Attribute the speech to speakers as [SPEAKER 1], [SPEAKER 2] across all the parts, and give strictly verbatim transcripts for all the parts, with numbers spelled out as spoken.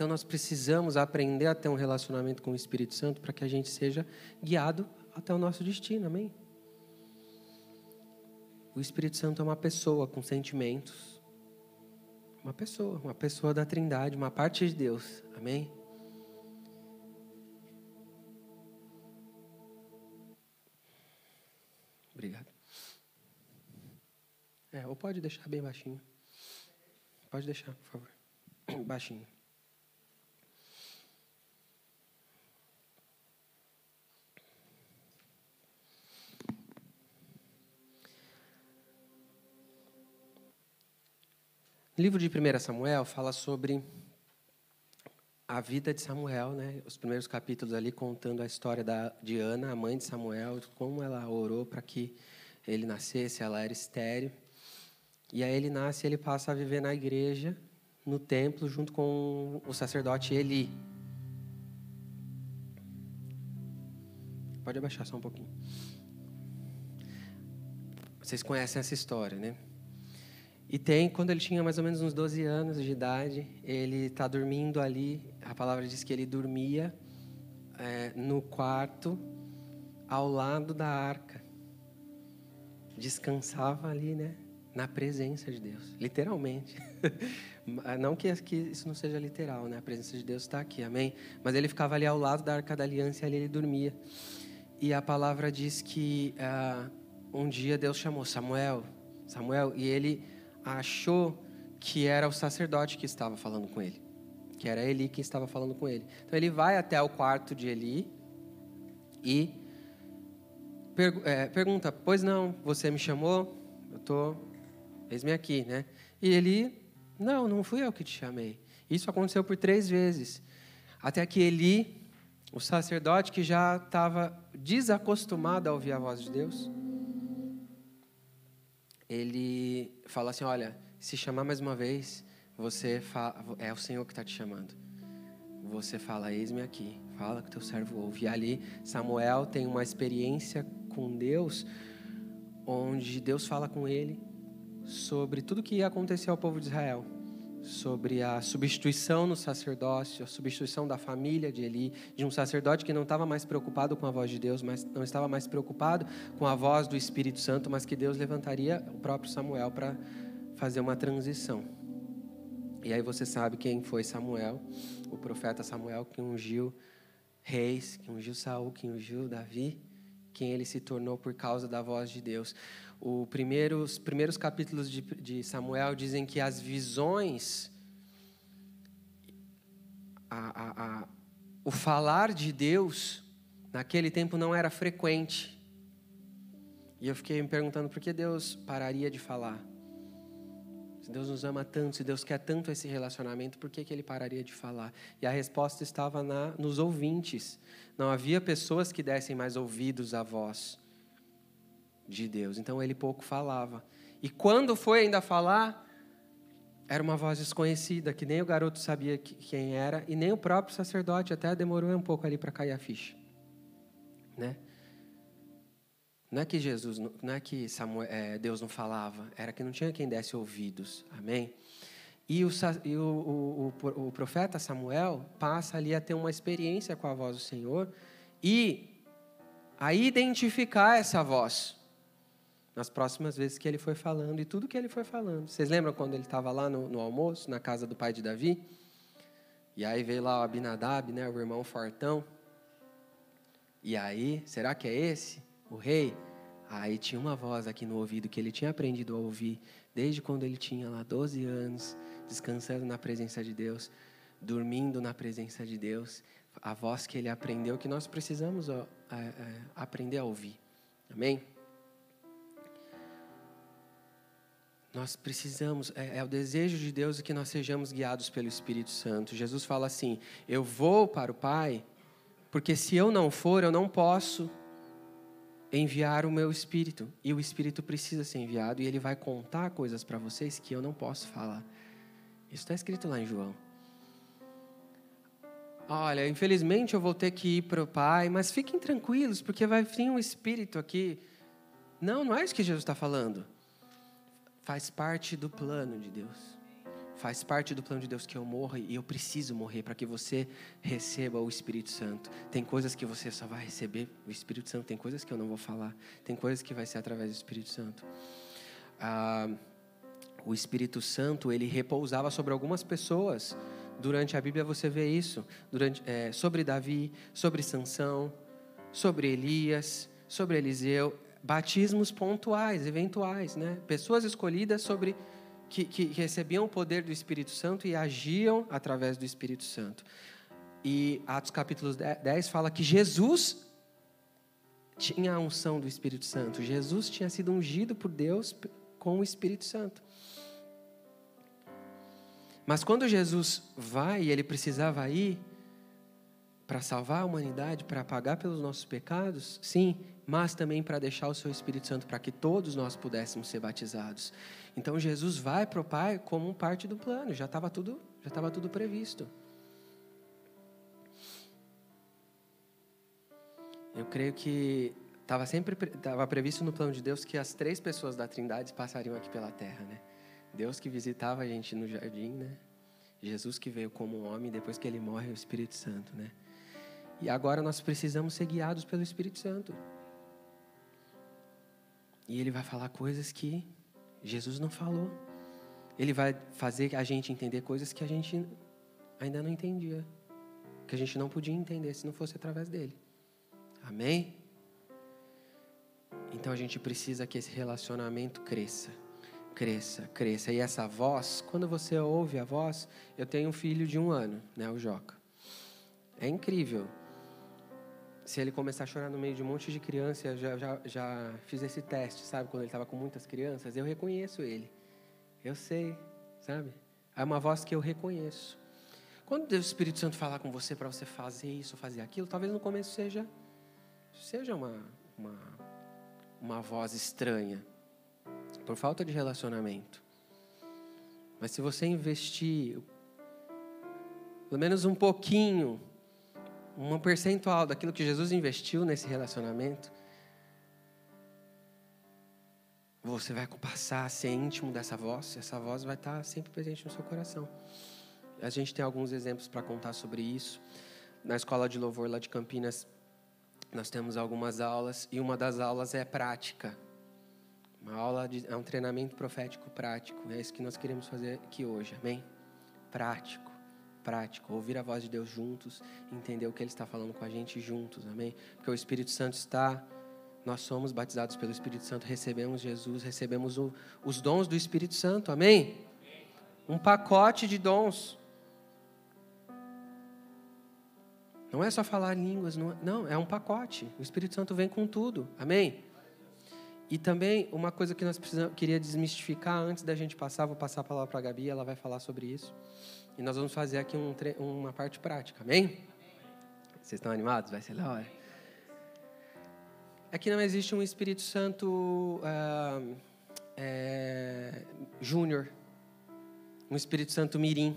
[SPEAKER 1] Então nós precisamos aprender a ter um relacionamento com o Espírito Santo para que a gente seja guiado até o nosso destino, amém? O Espírito Santo é uma pessoa com sentimentos. Uma pessoa, uma pessoa da Trindade, uma parte de Deus, amém? Obrigado. É, ou pode deixar bem baixinho. Pode deixar, por favor. Baixinho. O livro de primeiro Samuel fala sobre a vida de Samuel, né? Os primeiros capítulos ali contando a história da, de Ana, a mãe de Samuel, como ela orou para que ele nascesse, ela era estéril. E aí ele nasce e ele passa a viver na igreja, no templo, junto com o sacerdote Eli. Pode abaixar só um pouquinho. Vocês conhecem essa história, né? E tem, quando ele tinha mais ou menos uns doze anos de idade, ele está dormindo ali, a palavra diz que ele dormia é, no quarto, ao lado da arca. Descansava ali, né? Na presença de Deus, literalmente. Não que, que isso não seja literal, né? A presença de Deus está aqui, amém? Mas ele ficava ali ao lado da Arca da Aliança e ali ele dormia. E a palavra diz que uh, um dia Deus chamou Samuel, Samuel, e ele achou que era o sacerdote que estava falando com ele, que era Eli que estava falando com ele. Então ele vai até o quarto de Eli e per, é, pergunta, pois não, você me chamou? Eu estou... Eis-me aqui, né? E ele, não, não fui eu que te chamei. Isso aconteceu por três vezes. Até que Eli, o sacerdote que já estava desacostumado a ouvir a voz de Deus, ele fala assim, olha, se chamar mais uma vez, você fala, é o Senhor que está te chamando. Você fala, eis-me aqui, fala que o teu servo ouve. E ali, Samuel tem uma experiência com Deus, onde Deus fala com ele, sobre tudo que ia acontecer ao povo de Israel, sobre a substituição no sacerdócio, a substituição da família de Eli, de um sacerdote que não estava mais preocupado com a voz de Deus, mas não estava mais preocupado com a voz do Espírito Santo, mas que Deus levantaria o próprio Samuel para fazer uma transição. E aí você sabe quem foi Samuel, o profeta Samuel, que ungiu reis, que ungiu Saul, que ungiu Davi, quem ele se tornou por causa da voz de Deus. O primeiro, os primeiros capítulos de, de Samuel dizem que as visões, a, a, a, o falar de Deus, naquele tempo não era frequente. E eu fiquei me perguntando por que Deus pararia de falar? Se Deus nos ama tanto, se Deus quer tanto esse relacionamento, por que, que Ele pararia de falar? E a resposta estava na, nos ouvintes. Não havia pessoas que dessem mais ouvidos à voz de Deus. Então Ele pouco falava. E quando foi ainda falar, era uma voz desconhecida, que nem o garoto sabia que, quem era, e nem o próprio sacerdote, até demorou um pouco ali para cair a ficha. Né? Não é que Jesus, não é que Samuel, é, Deus não falava, era que não tinha quem desse ouvidos, amém? E, o, e o, o, o profeta Samuel passa ali a ter uma experiência com a voz do Senhor e a identificar essa voz nas próximas vezes que ele foi falando e tudo que ele foi falando. Vocês lembram quando ele estava lá no, no almoço, na casa do pai de Davi? E aí veio lá o Abinadab, né, o irmão fortão. E aí, será que é esse? O rei? Aí tinha uma voz aqui no ouvido que ele tinha aprendido a ouvir desde quando ele tinha lá doze anos, descansando na presença de Deus, dormindo na presença de Deus. A voz que ele aprendeu, que nós precisamos ó, é, é, aprender a ouvir. Amém? Nós precisamos, é, é o desejo de Deus que nós sejamos guiados pelo Espírito Santo. Jesus fala assim, eu vou para o Pai, porque se eu não for, eu não posso enviar o meu Espírito. E o Espírito precisa ser enviado e ele vai contar coisas para vocês que eu não posso falar. Isso está escrito lá em João. Olha, infelizmente eu vou ter que ir para o Pai, mas fiquem tranquilos, porque vai vir um Espírito aqui. Não, não é isso que Jesus está falando. Faz parte do plano de Deus. Faz parte do plano de Deus que eu morra e eu preciso morrer para que você receba o Espírito Santo. Tem coisas que você só vai receber o Espírito Santo, tem coisas que eu não vou falar, tem coisas que vai ser através do Espírito Santo. Ah, o Espírito Santo, ele repousava sobre algumas pessoas. Durante a Bíblia você vê isso, durante, é, sobre Davi, sobre Sansão, sobre Elias, sobre Eliseu. Batismos pontuais, eventuais, né? Pessoas escolhidas sobre... Que, que recebiam o poder do Espírito Santo e agiam através do Espírito Santo. E Atos capítulo dez fala que Jesus tinha a unção do Espírito Santo. Jesus tinha sido ungido por Deus com o Espírito Santo. Mas quando Jesus vai, e ele precisava ir para salvar a humanidade, para pagar pelos nossos pecados, sim, mas também para deixar o seu Espírito Santo para que todos nós pudéssemos ser batizados. Então Jesus vai para o Pai como parte do plano, já estava tudo, já estava tudo previsto. Eu creio que estava sempre estava previsto no plano de Deus que as três pessoas da Trindade passariam aqui pela terra, né? Deus que visitava a gente no jardim, né? Jesus que veio como um homem, depois que ele morre, o Espírito Santo, né? E agora nós precisamos ser guiados pelo Espírito Santo. E ele vai falar coisas que Jesus não falou. Ele vai fazer a gente entender coisas que a gente ainda não entendia. Que a gente não podia entender se não fosse através dele. Amém? Então a gente precisa que esse relacionamento cresça. Cresça, cresça. E essa voz, quando você ouve a voz... Eu tenho um filho de um ano, né, o Joca. É incrível. Se ele começar a chorar no meio de um monte de criança, eu já, já, já fiz esse teste, sabe? Quando ele estava com muitas crianças, eu reconheço ele. Eu sei, sabe? É uma voz que eu reconheço. Quando o Espírito Santo falar com você para você fazer isso, fazer aquilo, talvez no começo seja, seja uma, uma, uma voz estranha, por falta de relacionamento. Mas se você investir pelo menos um pouquinho, um percentual daquilo que Jesus investiu nesse relacionamento, você vai passar a ser íntimo dessa voz, essa voz vai estar sempre presente no seu coração. A gente tem alguns exemplos para contar sobre isso. Na escola de louvor lá de Campinas, nós temos algumas aulas, e uma das aulas é prática. Uma aula de, é um treinamento profético prático, é isso que nós queremos fazer aqui hoje, amém? Prático. Prático, ouvir a voz de Deus juntos, entender o que Ele está falando com a gente juntos, amém? Porque o Espírito Santo está, nós somos batizados pelo Espírito Santo, recebemos Jesus, recebemos o, os dons do Espírito Santo, amém? Um pacote de dons. Não é só falar línguas, não, não, é um pacote. O Espírito Santo vem com tudo, amém? E também, uma coisa que nós precisamos, queria desmistificar antes da gente passar, vou passar a palavra para a Gabi, ela vai falar sobre isso. E nós vamos fazer aqui um, uma parte prática, amém? Vocês estão animados? Vai ser da hora. É que não existe um Espírito Santo uh, é, Júnior, um Espírito Santo Mirim.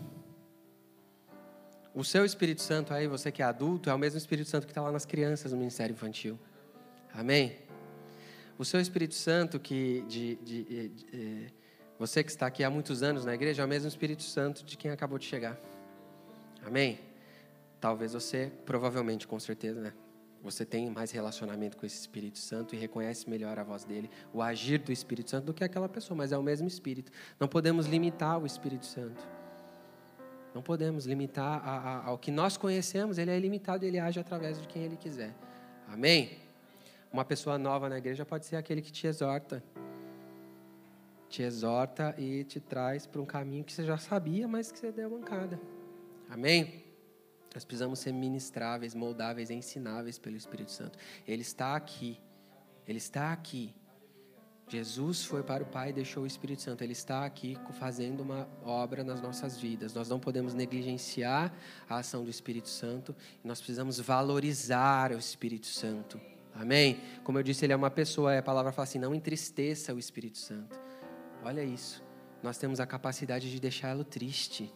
[SPEAKER 1] O seu Espírito Santo aí, você que é adulto, é o mesmo Espírito Santo que está lá nas crianças no Ministério Infantil. Amém? O seu Espírito Santo que... De, de, de, de, você que está aqui há muitos anos na igreja é o mesmo Espírito Santo de quem acabou de chegar. Amém? Talvez você, provavelmente, com certeza, né? Você tem mais relacionamento com esse Espírito Santo e reconhece melhor a voz dele, o agir do Espírito Santo do que aquela pessoa, mas é o mesmo Espírito. Não podemos limitar o Espírito Santo. Não podemos limitar a, a, ao que nós conhecemos, ele é ilimitado e ele age através de quem ele quiser. Amém? Uma pessoa nova na igreja pode ser aquele que te exorta. Te exorta e te traz para um caminho que você já sabia, mas que você deu mancada. Amém? Nós precisamos ser ministráveis, moldáveis, ensináveis pelo Espírito Santo. Ele está aqui. Ele está aqui. Jesus foi para o Pai e deixou o Espírito Santo. Ele está aqui fazendo uma obra nas nossas vidas. Nós não podemos negligenciar a ação do Espírito Santo. Nós precisamos valorizar o Espírito Santo. Amém? Como eu disse, ele é uma pessoa. A palavra fala assim, não entristeça o Espírito Santo. Olha isso, nós temos a capacidade de deixá-lo triste.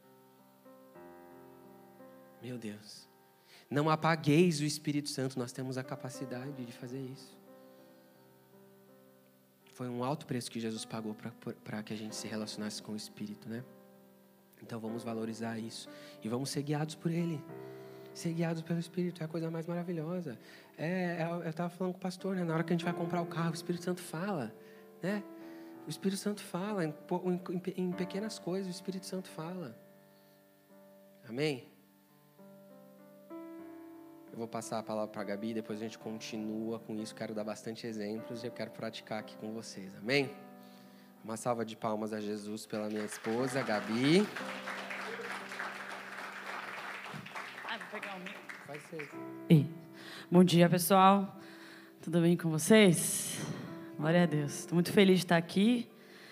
[SPEAKER 1] Meu Deus. Não apagueis o Espírito Santo, nós temos a capacidade de fazer isso. Foi um alto preço que Jesus pagou para que a gente se relacionasse com o Espírito, né? Então vamos valorizar isso e vamos ser guiados por Ele. Ser guiados pelo Espírito é a coisa mais maravilhosa. É, é, eu estava falando com o pastor, né? Na hora que a gente vai comprar o carro, o Espírito Santo fala, né? O Espírito Santo fala, em, em, em pequenas coisas o Espírito Santo fala. Amém? Eu vou passar a palavra para a Gabi, depois a gente continua com isso. Quero dar bastante exemplos e eu quero praticar aqui com vocês. Amém? Uma salva de palmas a Jesus pela minha esposa, Gabi.
[SPEAKER 2] Ah, vou pegar o micro.
[SPEAKER 1] Vai ser.
[SPEAKER 2] E, bom dia, pessoal. Tudo bem com vocês? Glória a Deus. Estou muito feliz de estar aqui.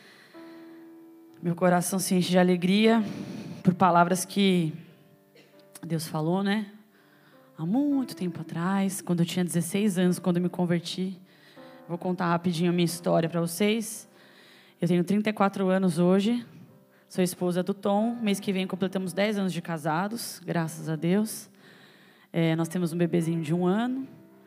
[SPEAKER 2] Meu coração se enche de alegria por palavras que Deus falou, né? Há muito tempo atrás, quando eu tinha dezesseis anos, quando eu me converti. Vou contar rapidinho a minha história para vocês. Eu tenho trinta e quatro anos hoje. Sou esposa do Tom. Mês que vem completamos dez anos de casados, graças a Deus. É, nós temos um bebezinho de um ano.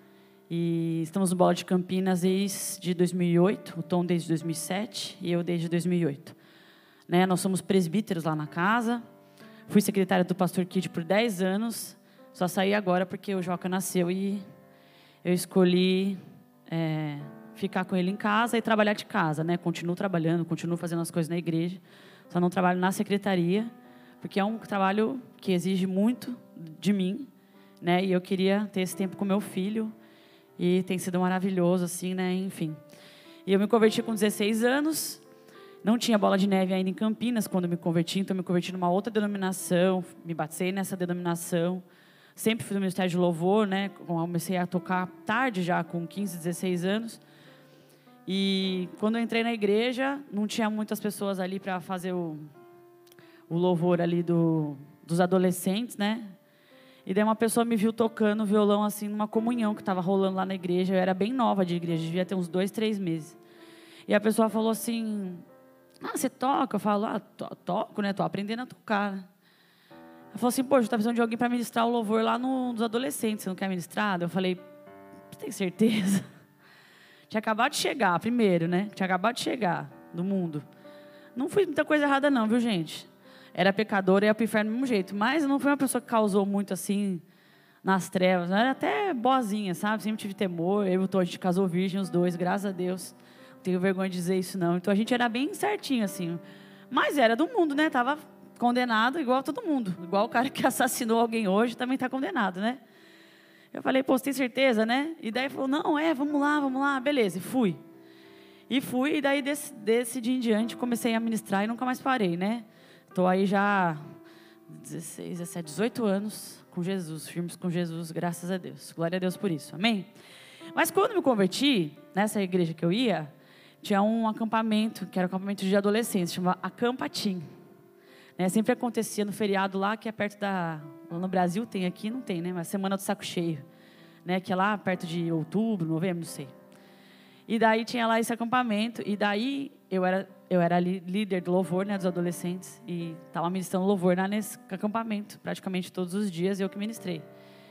[SPEAKER 2] E estamos no Bola de Campinas desde dois mil e oito. O Tom desde dois mil e sete e eu desde dois mil e oito. Né, nós somos presbíteros lá na casa. Fui secretária do pastor Kid por dez anos. Só saí agora porque o Joca nasceu e eu escolhi é, ficar com ele em casa e trabalhar de casa, né? Continuo trabalhando, continuo fazendo as coisas na igreja. Só não trabalho na secretaria, porque é um trabalho que exige muito de mim, né? E eu queria ter esse tempo com meu filho e tem sido maravilhoso, assim, né? Enfim. E eu me converti com dezesseis anos. Não tinha Bola de Neve ainda em Campinas quando eu me converti, então eu me converti numa outra denominação, me batizei nessa denominação. Sempre fui no Ministério de Louvor, né? Comecei a tocar tarde já, com quinze, dezesseis anos. E quando eu entrei na igreja, não tinha muitas pessoas ali para fazer o, o louvor ali do, dos adolescentes, né? E daí uma pessoa me viu tocando violão assim numa comunhão que estava rolando lá na igreja. Eu era bem nova de igreja, devia ter uns dois, três meses. E a pessoa falou assim: ah, você toca? Eu falo: ah, to toco, né? Tô aprendendo a tocar. Ela falou assim: poxa, tá precisando de alguém para ministrar o louvor lá no, nos adolescentes. Você não quer ministrar? Eu falei: você tem certeza? Tinha acabado de chegar, primeiro, né? Tinha acabado de chegar no mundo. Não fiz muita coisa errada não, viu, gente? Era pecadora e ia pro inferno do mesmo jeito. Mas não foi uma pessoa que causou muito, assim, nas trevas. Eu era até boazinha, sabe? Sempre tive temor. Eu e o Tom, a gente casou virgem, os dois, graças a Deus. Não tenho vergonha de dizer isso, não. Então, a gente era bem certinho, assim. Mas era do mundo, né? Tava condenado igual a todo mundo. Igual o cara que assassinou alguém hoje também está condenado, né? Eu falei: pô, você tem certeza, né? E daí falou: não, é, vamos lá, vamos lá. Beleza, e fui. E fui, e daí desse, desse dia em diante comecei a ministrar e nunca mais parei, né? Estou aí já dezesseis, dezessete, dezoito anos com Jesus, firmes com Jesus, graças a Deus. Glória a Deus por isso, amém? Mas quando me converti, nessa igreja que eu ia, tinha um acampamento, que era um acampamento de adolescentes, chamava Acampatim. Né, sempre acontecia no feriado lá, que é perto da... Lá no Brasil tem, aqui não tem, né? Mas Semana do Saco Cheio, né? Que é lá perto de outubro, novembro, não sei. E daí tinha lá esse acampamento, e daí eu era, eu era líder do louvor, né, dos adolescentes, e estava ministrando louvor lá nesse acampamento, praticamente todos os dias, eu que ministrei.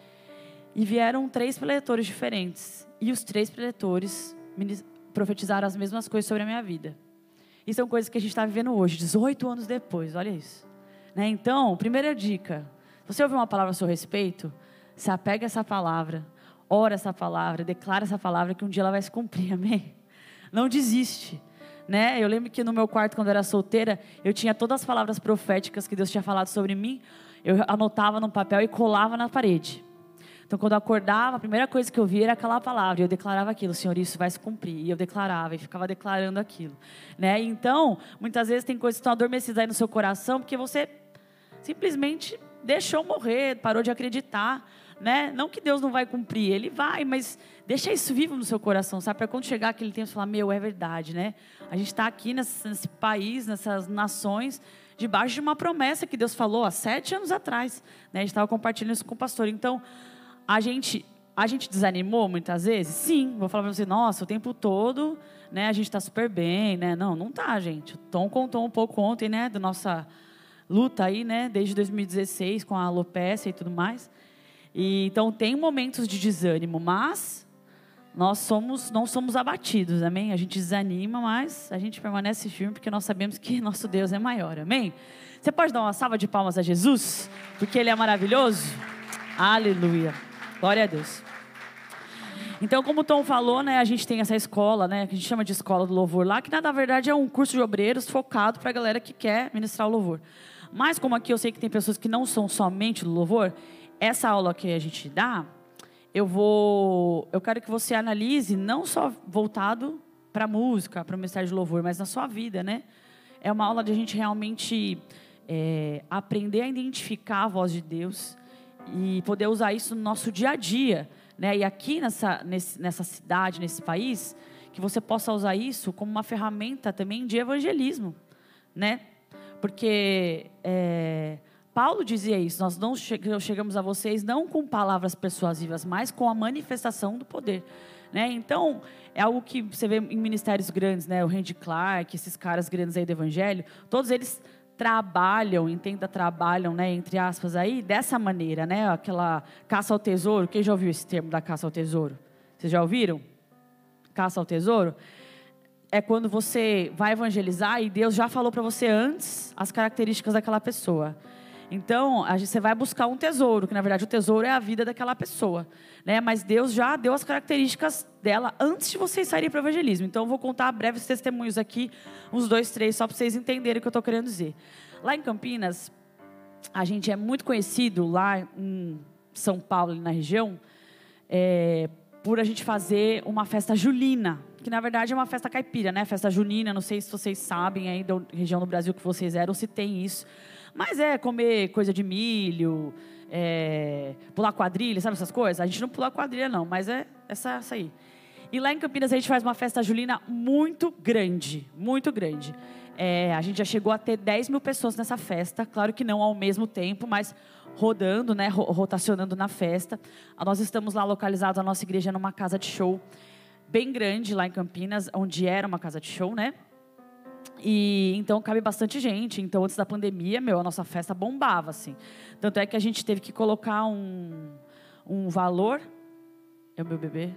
[SPEAKER 2] E vieram três preletores diferentes, e os três preletores profetizaram as mesmas coisas sobre a minha vida. E são coisas que a gente está vivendo hoje, dezoito anos depois, olha isso. Né? Então, primeira dica, se você ouvir uma palavra a seu respeito, se apega a essa palavra, ora essa palavra, declara essa palavra que um dia ela vai se cumprir, amém? Não desiste, né? Eu lembro que no meu quarto, quando eu era solteira, eu tinha todas as palavras proféticas que Deus tinha falado sobre mim, eu anotava no papel e colava na parede. Então, quando eu acordava, a primeira coisa que eu via era aquela palavra, e eu declarava aquilo: Senhor, isso vai se cumprir, e eu declarava, e ficava declarando aquilo, né? Então, muitas vezes tem coisas que estão adormecidas aí no seu coração, porque você simplesmente deixou morrer, parou de acreditar, né? Não que Deus não vai cumprir, Ele vai, mas deixa isso vivo no seu coração, sabe? Para quando chegar aquele tempo, você falar: meu, é verdade, né? A gente está aqui nesse, nesse país, nessas nações, debaixo de uma promessa que Deus falou há sete anos atrás, né? A gente estava compartilhando isso com o pastor. Então, a gente, a gente desanimou muitas vezes? Sim, vou falar para você: nossa, o tempo todo, né? A gente está super bem, né? Não, não tá, gente. O Tom contou um pouco ontem, né? Da nossa luta aí, né? Desde dois mil e dezesseis, com a alopecia e tudo mais. E, então, tem momentos de desânimo, mas nós somos, não somos abatidos, amém? A gente desanima, mas a gente permanece firme porque nós sabemos que nosso Deus é maior, amém? Você pode dar uma salva de palmas a Jesus? Porque Ele é maravilhoso? Aleluia, glória a Deus. Então, como o Tom falou, né, a gente tem essa escola, né, que a gente chama de Escola do Louvor lá, que na verdade é um curso de obreiros focado para a galera que quer ministrar o louvor. Mas como aqui eu sei que tem pessoas que não são somente do louvor, essa aula que a gente dá, eu vou, eu quero que você analise não só voltado para a música, para o ministério de louvor, mas na sua vida, né? É uma aula de a gente realmente é, aprender a identificar a voz de Deus e poder usar isso no nosso dia a dia, né? E aqui nessa, nesse, nessa cidade, nesse país, que você possa usar isso como uma ferramenta também de evangelismo, né? Porque é, Paulo dizia isso, nós não chegamos a vocês não com palavras persuasivas, mas com a manifestação do poder, né? Então, é algo que você vê em ministérios grandes, né? O Randy Clark, esses caras grandes aí do evangelho, todos eles trabalham, entenda, trabalham, né, entre aspas aí, dessa maneira, né? Aquela caça ao tesouro. Quem já ouviu esse termo da caça ao tesouro? Vocês já ouviram? Caça ao tesouro? É quando você vai evangelizar e Deus já falou para você antes as características daquela pessoa. Então, a gente, você vai buscar um tesouro, que na verdade o tesouro é a vida daquela pessoa, né? Mas Deus já deu as características dela antes de vocês saírem para o evangelismo. Então, eu vou contar breves testemunhos aqui, uns dois, três, só para vocês entenderem o que eu estou querendo dizer. Lá em Campinas, a gente é muito conhecido, lá em São Paulo, na região, é, por a gente fazer uma festa julina, que na verdade é uma festa caipira, né? Festa junina, não sei se vocês sabem aí da região do Brasil que vocês eram, se tem isso. Mas é comer coisa de milho, é, pular quadrilha, sabe essas coisas? A gente não pula quadrilha não, mas é essa, essa aí. E lá em Campinas a gente faz uma festa julina muito grande, muito grande. É, a gente já chegou a ter dez mil pessoas nessa festa, claro que não ao mesmo tempo, mas rodando, né, rotacionando na festa. Nós estamos lá localizados, a nossa igreja numa casa de show bem grande lá em Campinas, onde era uma casa de show, né? E então cabe bastante gente. Então antes da pandemia, meu, a nossa festa bombava assim. Tanto é que a gente teve que colocar um, um valor. É o meu bebê?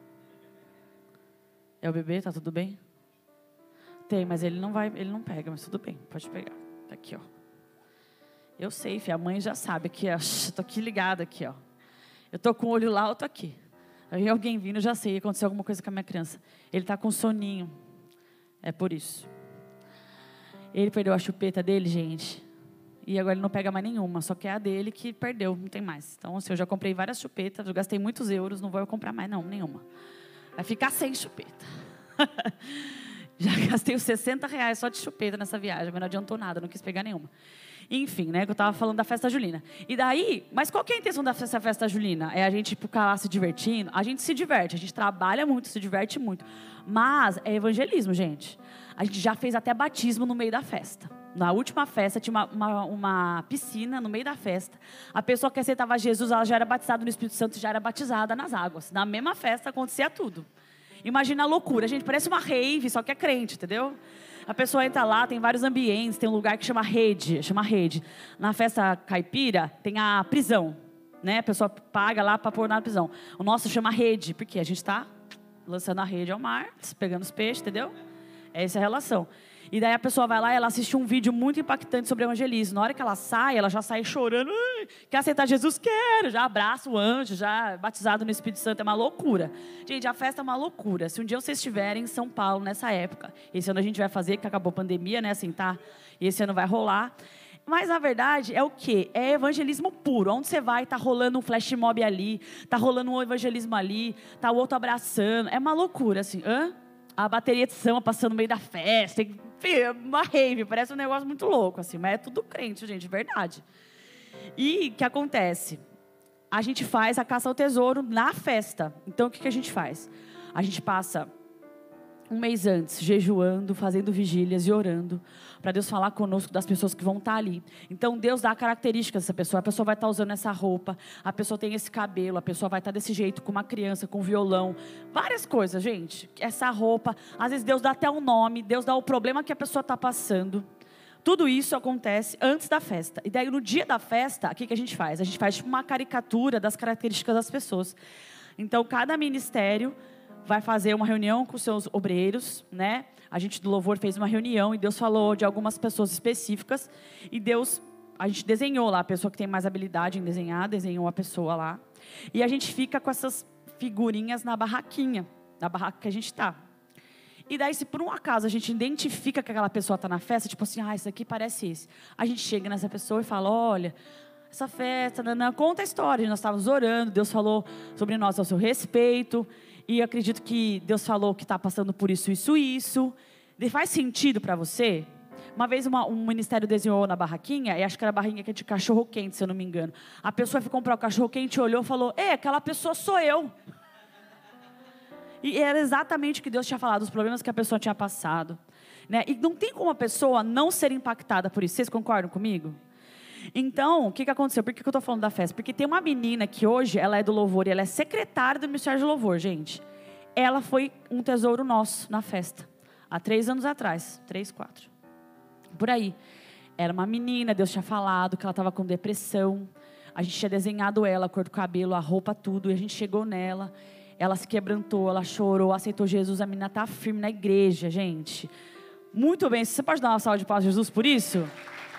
[SPEAKER 2] É o bebê? Tá tudo bem? Tem, mas ele não vai, ele não pega, mas tudo bem, pode pegar. Tá aqui, ó. Eu sei, filha, a mãe já sabe aqui, ó. Tô aqui ligada aqui, ó. Eu tô com o olho lá, eu tô aqui. Aí alguém vindo, já sei, aconteceu alguma coisa com a minha criança. Ele tá com soninho. É por isso. Ele perdeu a chupeta dele, gente. E agora ele não pega mais nenhuma. Só que é a dele que perdeu, não tem mais. Então, assim, eu já comprei várias chupetas. Eu gastei muitos euros, não vou comprar mais não, nenhuma. Vai ficar sem chupeta. Já gastei os sessenta reais só de chupeta nessa viagem. Mas não adiantou nada, não quis pegar nenhuma. Enfim, né, que eu estava falando da festa julina. E daí, mas qual que é a intenção dessa festa julina? É a gente ficar lá se divertindo? A gente se diverte, a gente trabalha muito, se diverte muito. Mas é evangelismo, gente. A gente já fez até batismo no meio da festa. Na última festa, tinha uma, uma, uma piscina no meio da festa. A pessoa que aceitava Jesus, ela já era batizada no Espírito Santo, já era batizada nas águas. Na mesma festa acontecia tudo. Imagina a loucura, gente, parece uma rave, só que é crente, entendeu? A pessoa entra lá, tem vários ambientes, tem um lugar que chama rede, chama rede. Na festa caipira, tem a prisão, né? A pessoa paga lá para pôr na prisão. O nosso chama rede, porque a gente está lançando a rede ao mar, pegando os peixes, entendeu? Essa é a relação. E daí a pessoa vai lá e ela assiste um vídeo muito impactante sobre evangelismo. Na hora que ela sai, ela já sai chorando. Quer aceitar Jesus? Quero. Já abraça o anjo, já batizado no Espírito Santo. É uma loucura. Gente, a festa é uma loucura. Se um dia vocês estiverem em São Paulo, nessa época, esse ano a gente vai fazer, que acabou a pandemia, né? Assim, tá? E esse ano vai rolar. Mas, na verdade, é o quê? É evangelismo puro. Onde você vai, tá rolando um flash mob ali, tá rolando um evangelismo ali, tá o outro abraçando. É uma loucura, assim. Hã? A bateria de samba passando no meio da festa, uma rave, parece um negócio muito louco, assim, mas é tudo crente, gente, verdade. E o que acontece? A gente faz a caça ao tesouro na festa. Então, o que, que a gente faz? A gente passa um mês antes, jejuando, fazendo vigílias e orando, para Deus falar conosco das pessoas que vão estar ali. Então, Deus dá características dessa pessoa. A pessoa vai estar usando essa roupa, a pessoa tem esse cabelo, a pessoa vai estar desse jeito, com uma criança, com violão. Várias coisas, gente. Essa roupa, às vezes Deus dá até um nome, Deus dá o problema que a pessoa está passando. Tudo isso acontece antes da festa. E daí, no dia da festa, o que, que a gente faz? A gente faz tipo uma caricatura das características das pessoas. Então, cada ministério vai fazer uma reunião com os seus obreiros, né? A gente do louvor fez uma reunião e Deus falou de algumas pessoas específicas. E Deus, a gente desenhou lá, a pessoa que tem mais habilidade em desenhar, desenhou a pessoa lá. E a gente fica com essas figurinhas na barraquinha, na barraca que a gente está. E daí, se por um acaso a gente identifica que aquela pessoa está na festa, tipo assim, ah, isso aqui parece esse. A gente chega nessa pessoa e fala, olha, essa festa, nanã, conta a história. Nós estávamos orando, Deus falou sobre nós ao seu respeito. E eu acredito que Deus falou que está passando por isso, isso, isso. E faz sentido para você? Uma vez uma, um ministério desenhou na barraquinha, e acho que era a barraquinha de cachorro quente, se eu não me engano. A pessoa foi comprar o cachorro quente, olhou e falou, ei, aquela pessoa sou eu. E era exatamente o que Deus tinha falado, os problemas que a pessoa tinha passado, né? E não tem como a pessoa não ser impactada por isso. Vocês concordam comigo? Então, o que, que aconteceu? Por que, que eu estou falando da festa? Porque tem uma menina que hoje, ela é do louvor, e ela é secretária do Ministério de Louvor, gente. Ela foi um tesouro nosso na festa, há três anos atrás, três, quatro, por aí. Era uma menina, Deus tinha falado que ela estava com depressão. A gente tinha desenhado ela, a cor do cabelo, a roupa, tudo, e a gente chegou nela. Ela se quebrantou, ela chorou, aceitou Jesus. A menina está firme na igreja, gente. Muito bem, você pode dar uma salva de palmas a Jesus por isso?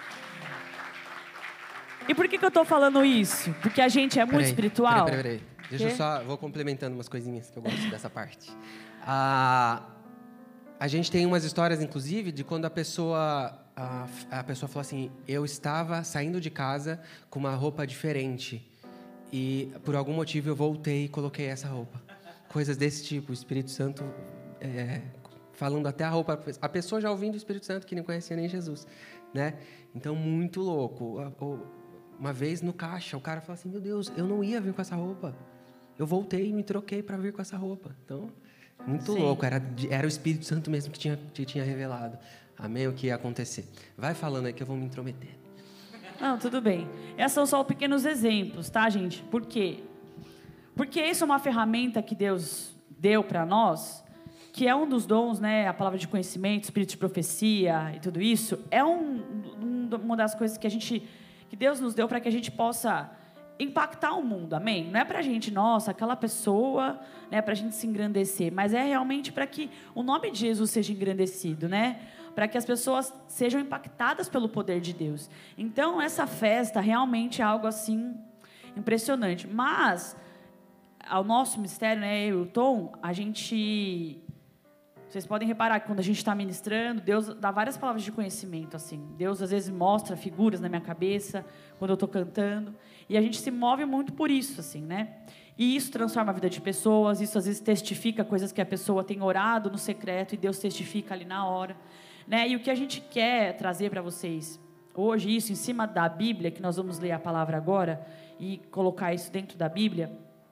[SPEAKER 2] E por que, que eu estou falando isso? Porque a gente é muito
[SPEAKER 1] peraí,
[SPEAKER 2] espiritual.
[SPEAKER 1] Peraí, peraí, peraí. Deixa eu só, vou complementando umas coisinhas que eu gosto dessa parte. Ah, a gente tem umas histórias, inclusive, de quando a pessoa, a, a pessoa falou assim, eu estava saindo de casa com uma roupa diferente e por algum motivo eu voltei e coloquei essa roupa. Coisas desse tipo, o Espírito Santo é, falando até a roupa, a pessoa já ouvindo o Espírito Santo que não conhecia nem Jesus, né? Então, muito louco. Uma vez no caixa, o cara falou assim, meu Deus, eu não ia vir com essa roupa. Eu voltei e me troquei para vir com essa roupa. Então, muito Sim. louco. Era, era o Espírito Santo mesmo que tinha, que tinha revelado. Amém, o que ia acontecer. Vai falando aí que eu vou me intrometer.
[SPEAKER 2] Não, tudo bem. Esses são só pequenos exemplos, tá, gente? Por quê? Porque isso é uma ferramenta que Deus deu para nós, que é um dos dons, né? A palavra de conhecimento, espírito de profecia e tudo isso. É um, um, uma das coisas que a gente... que Deus nos deu para que a gente possa impactar o mundo, amém? Não é para a gente, nossa, aquela pessoa, né, para a gente se engrandecer, mas é realmente para que o nome de Jesus seja engrandecido, né? Para que as pessoas sejam impactadas pelo poder de Deus. Então, essa festa realmente é algo assim impressionante. Mas, ao nosso ministério, né, eu e o Tom, a gente... Vocês podem reparar que quando a gente está ministrando, Deus dá várias palavras de conhecimento, assim. Deus, às vezes, mostra figuras na minha cabeça, quando eu estou cantando. E a gente se move muito por isso, assim, né? E isso transforma a vida de pessoas, isso, às vezes, testifica coisas que a pessoa tem orado no secreto e Deus testifica ali na hora, né? E o que a gente quer trazer para vocês hoje, isso em cima da Bíblia, que nós vamos ler a palavra agora, e colocar isso dentro da Bíblia,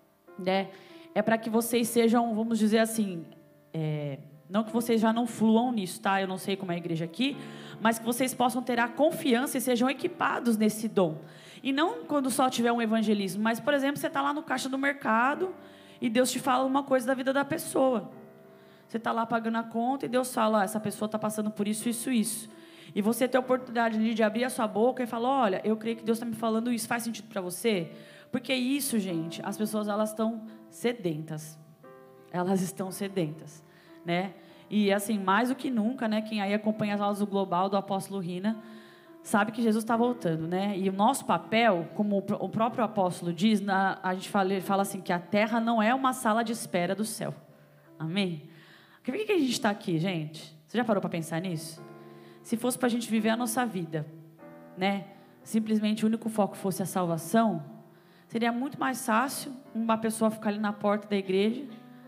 [SPEAKER 2] né? É para que vocês sejam, vamos dizer assim... É, não que vocês já não fluam nisso, tá? Eu não sei como é a igreja aqui, mas que vocês possam ter a confiança e sejam equipados nesse dom. E não quando só tiver um evangelismo, mas, por exemplo, você está lá no caixa do mercado e Deus te fala uma coisa da vida da pessoa. Você está lá pagando a conta e Deus fala, ah, essa pessoa está passando por isso, isso, isso. E você tem a oportunidade de abrir a sua boca e falar, olha, eu creio que Deus está me falando isso, faz sentido para você? Porque isso, gente, as pessoas elas estão sedentas. Elas estão sedentas. Né? E assim, mais do que nunca, né? Quem aí acompanha as aulas do Global do apóstolo Rina sabe que Jesus está voltando, né? E o nosso papel, como o próprio apóstolo diz, na, a gente fala, fala assim que a terra não é uma sala de espera do céu. Amém? Por que, que a gente está aqui, gente? Você já parou para pensar nisso? Se fosse para a gente viver a nossa vida, né? Simplesmente o único foco fosse a salvação, seria muito mais fácil uma pessoa ficar ali na porta da igreja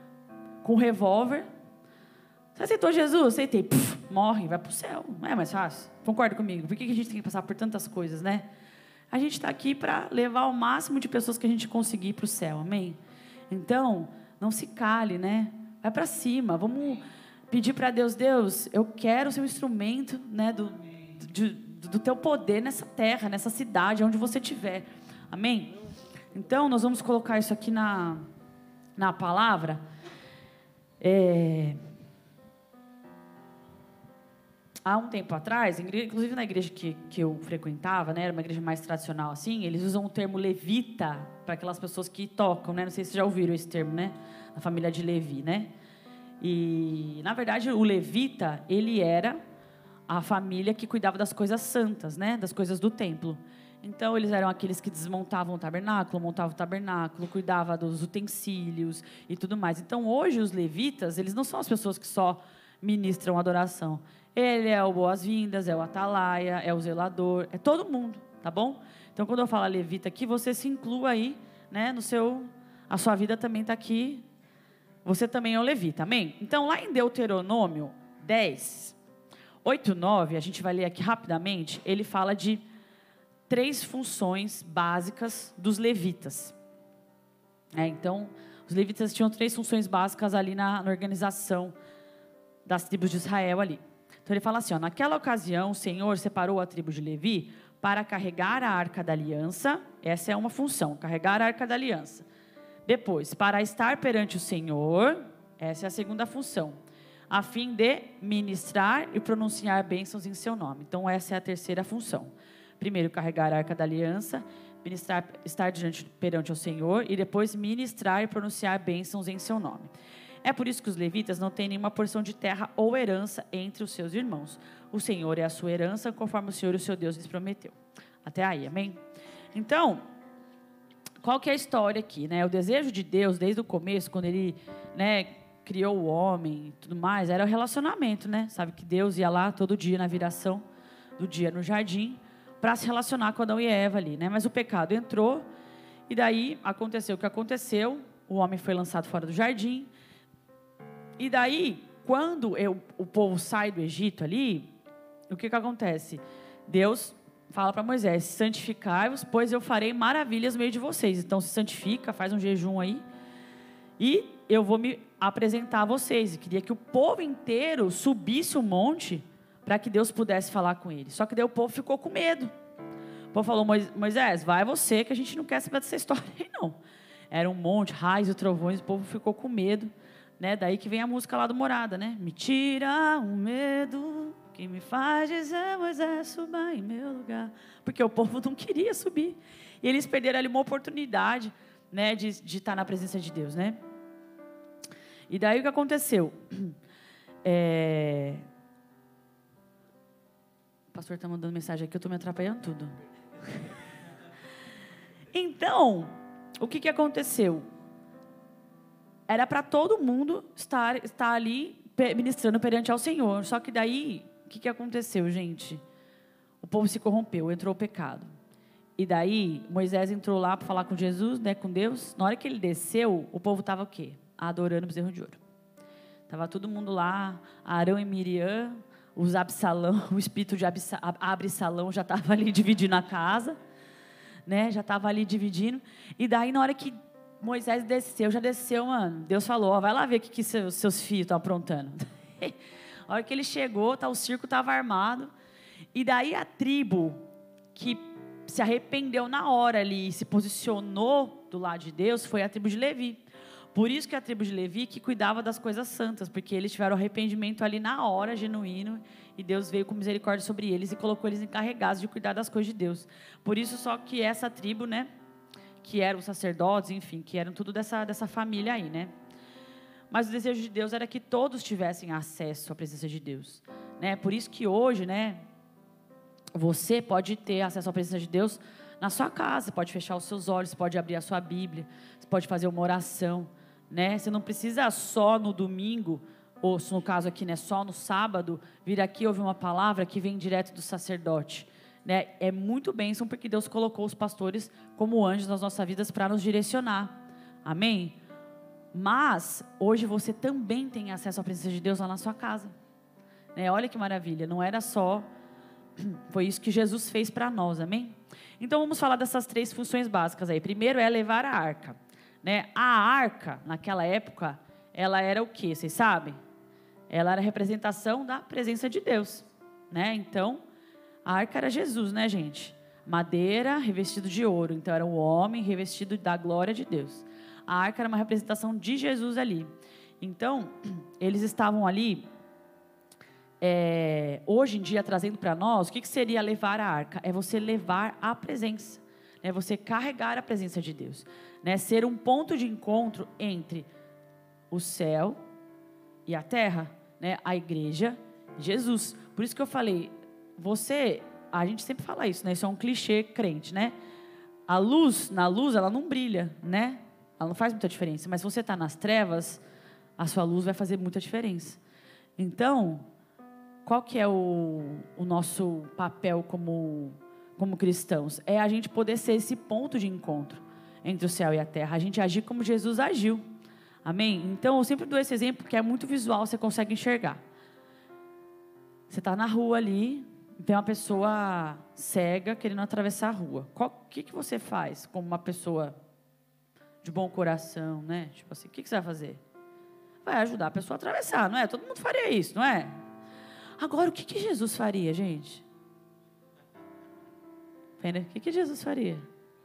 [SPEAKER 2] com um revólver. Você aceitou Jesus? Aceitei. Puf, morre, vai para o céu. Não é mais fácil? Concorda comigo? Por que a gente tem que passar por tantas coisas, né? A gente está aqui para levar o máximo de pessoas que a gente conseguir para o céu, amém? Então, não se cale, né? Vai para cima. Vamos pedir para Deus, Deus, eu quero ser um instrumento, né, do, do, do teu poder nessa terra, nessa cidade, onde você estiver. Amém? Então, nós vamos colocar isso aqui na, na palavra. É... há um tempo atrás, inclusive na igreja que, que eu frequentava, né, era uma igreja mais tradicional assim, eles usam o termo levita para aquelas pessoas que tocam, né? Não sei se vocês já ouviram esse termo, né? A família de Levi, né? E, na verdade, o levita, ele era a família que cuidava das coisas santas, né? Das coisas do templo. Então, eles eram aqueles que desmontavam o tabernáculo, montavam o tabernáculo, cuidavam dos utensílios e tudo mais. Então, hoje, os levitas, eles não são as pessoas que só ministram adoração. Ele é o boas-vindas, é o atalaia, é o zelador, é todo mundo, tá bom? Então, quando eu falo levita aqui, você se inclua aí, né, no seu... A sua vida também está aqui. Você também é um levita, amém? Então, lá em Deuteronômio dez, oito, nove, a gente vai ler aqui rapidamente, ele fala de três funções básicas dos levitas. É, então, os levitas tinham três funções básicas ali na, na organização das tribos de Israel ali. Então ele fala assim, ó, naquela ocasião o Senhor separou a tribo de Levi para carregar a arca da aliança, essa é uma função, carregar a arca da aliança. Depois, para estar perante o Senhor, essa é a segunda função, a fim de ministrar e pronunciar bênçãos em seu nome. Então essa é a terceira função. Primeiro, carregar a arca da aliança, ministrar, estar diante, perante o Senhor e depois ministrar e pronunciar bênçãos em seu nome. É por isso que os levitas não têm nenhuma porção de terra ou herança entre os seus irmãos. O Senhor é a sua herança, conforme o Senhor, o seu Deus, lhes prometeu. Até aí, amém? Então, qual que é a história aqui, né? O desejo de Deus, desde o começo, quando Ele, né, criou o homem e tudo mais, era o relacionamento, né? Sabe que Deus ia lá todo dia na viração do dia no jardim para se relacionar com Adão e Eva ali, né? Mas o pecado entrou e daí aconteceu o que aconteceu. O homem foi lançado fora do jardim. E daí, quando eu, o povo sai do Egito ali, o que que acontece? Deus fala para Moisés, santificai-vos, pois eu farei maravilhas no meio de vocês. Então, se santifica, faz um jejum aí, e eu vou me apresentar a vocês. E queria que o povo inteiro subisse o monte para que Deus pudesse falar com eles. Só que daí o povo ficou com medo. O povo falou, Moisés, vai você, que a gente não quer saber dessa história aí, não. Era um monte, raios e trovões, o povo ficou com medo. Né? Daí que vem a música lá do Morada, né? Me tira o medo que me faz dizer, Moisés, suba em meu lugar. Porque o povo não queria subir. E eles perderam ali uma oportunidade, né, de, de estar na presença de Deus, né? E daí o que aconteceu? É... O pastor está mandando mensagem aqui, eu estou me atrapalhando tudo. Então, o que, que aconteceu? Era para todo mundo estar, estar ali ministrando perante ao Senhor. Só que daí, o que, que aconteceu, gente? O povo se corrompeu, entrou o pecado. E daí, Moisés entrou lá para falar com Jesus, né, com Deus. Na hora que ele desceu, o povo estava o quê? Adorando o bezerro de ouro. Estava todo mundo lá, Arão e Miriam, os Absalão, o espírito de Absalão já estava ali dividindo a casa, né, já estava ali dividindo. E daí, na hora que Moisés desceu, já desceu, mano. Deus falou, ó, vai lá ver o que, que seus, seus filhos estão aprontando. A hora que ele chegou, tá, o circo estava armado. E daí a tribo que se arrependeu na hora ali, se posicionou do lado de Deus, foi a tribo de Levi. Por isso que a tribo de Levi que cuidava das coisas santas, porque eles tiveram arrependimento ali na hora, genuíno, e Deus veio com misericórdia sobre eles e colocou eles encarregados de cuidar das coisas de Deus. Por isso só que essa tribo, né, que eram os sacerdotes, enfim, que eram tudo dessa, dessa família aí, né? Mas o desejo de Deus era que todos tivessem acesso à presença de Deus, né? Por isso que hoje, né, você pode ter acesso à presença de Deus na sua casa, pode fechar os seus olhos, pode abrir a sua Bíblia, você pode fazer uma oração, né? Você não precisa só no domingo, ou no caso aqui, né, só no sábado, vir aqui ouvir uma palavra que vem direto do sacerdote. Né? É muito bênção porque Deus colocou os pastores como anjos nas nossas vidas para nos direcionar. Amém? Mas, hoje você também tem acesso à presença de Deus lá na sua casa. Né? Olha que maravilha, não era só... Foi isso que Jesus fez para nós, amém? Então, vamos falar dessas três funções básicas aí. Primeiro é levar a arca. Né? A arca, naquela época, ela era o quê? Vocês sabem? Ela era a representação da presença de Deus. Né? Então... A arca era Jesus, né, gente? Madeira revestido de ouro. Então, era um homem revestido da glória de Deus. A arca era uma representação de Jesus ali. Então, eles estavam ali é, hoje em dia, trazendo para nós, o que, que seria levar a arca? É você levar a presença, é você carregar a presença de Deus, né? Ser um ponto de encontro entre o céu e a terra, né? A igreja e Jesus. Por isso que eu falei, você, a gente sempre fala isso, né? Isso é um clichê crente, né? A luz, na luz, ela não brilha, né? Ela não faz muita diferença. Mas se você está nas trevas, a sua luz vai fazer muita diferença. Então, qual que é o, o nosso papel como, como cristãos? É a gente poder ser esse ponto de encontro entre o céu e a terra. A gente agir como Jesus agiu. Amém? Então, eu sempre dou esse exemplo porque é muito visual, você consegue enxergar. Você está na rua ali, tem uma pessoa cega querendo atravessar a rua. O que, que você faz como uma pessoa de bom coração, né? Tipo assim, o que, que você vai fazer? Vai ajudar a pessoa a atravessar, não é? Todo mundo faria isso, não é? Agora, o que, que Jesus faria, gente? Entendeu? O que, que Jesus faria?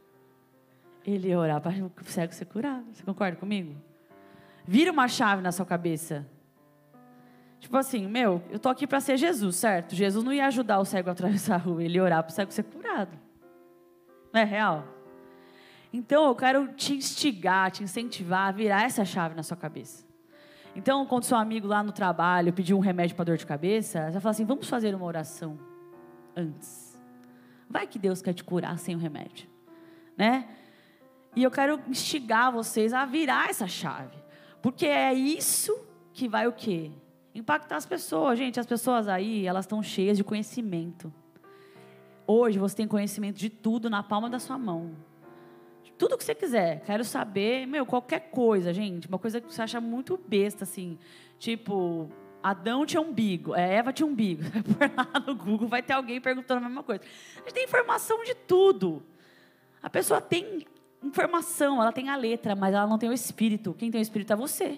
[SPEAKER 2] Ele ia orar para o cego ser curado. Você concorda comigo? Vira uma chave na sua cabeça. Tipo assim, meu, eu tô aqui para ser Jesus, certo? Jesus não ia ajudar o cego a atravessar a rua, ele ia orar para o cego ser curado. Não é real? Então, eu quero te instigar, te incentivar a virar essa chave na sua cabeça. Então, quando seu amigo lá no trabalho pediu um remédio para dor de cabeça, você vai falar assim, vamos fazer uma oração antes. Vai que Deus quer te curar sem o remédio, né? E eu quero instigar vocês a virar essa chave. Porque é isso que vai o quê? Impactar as pessoas. Gente, as pessoas aí, elas estão cheias de conhecimento. Hoje você tem conhecimento de tudo na palma da sua mão. Tudo que você quiser. Quero saber, meu, qualquer coisa, gente. Uma coisa que você acha muito besta, assim. Tipo, Adão tinha umbigo, Eva tinha umbigo. Por lá no Google vai ter alguém perguntando a mesma coisa. A gente tem informação de tudo. A pessoa tem informação, ela tem a letra, mas ela não tem o espírito. Quem tem o espírito é você.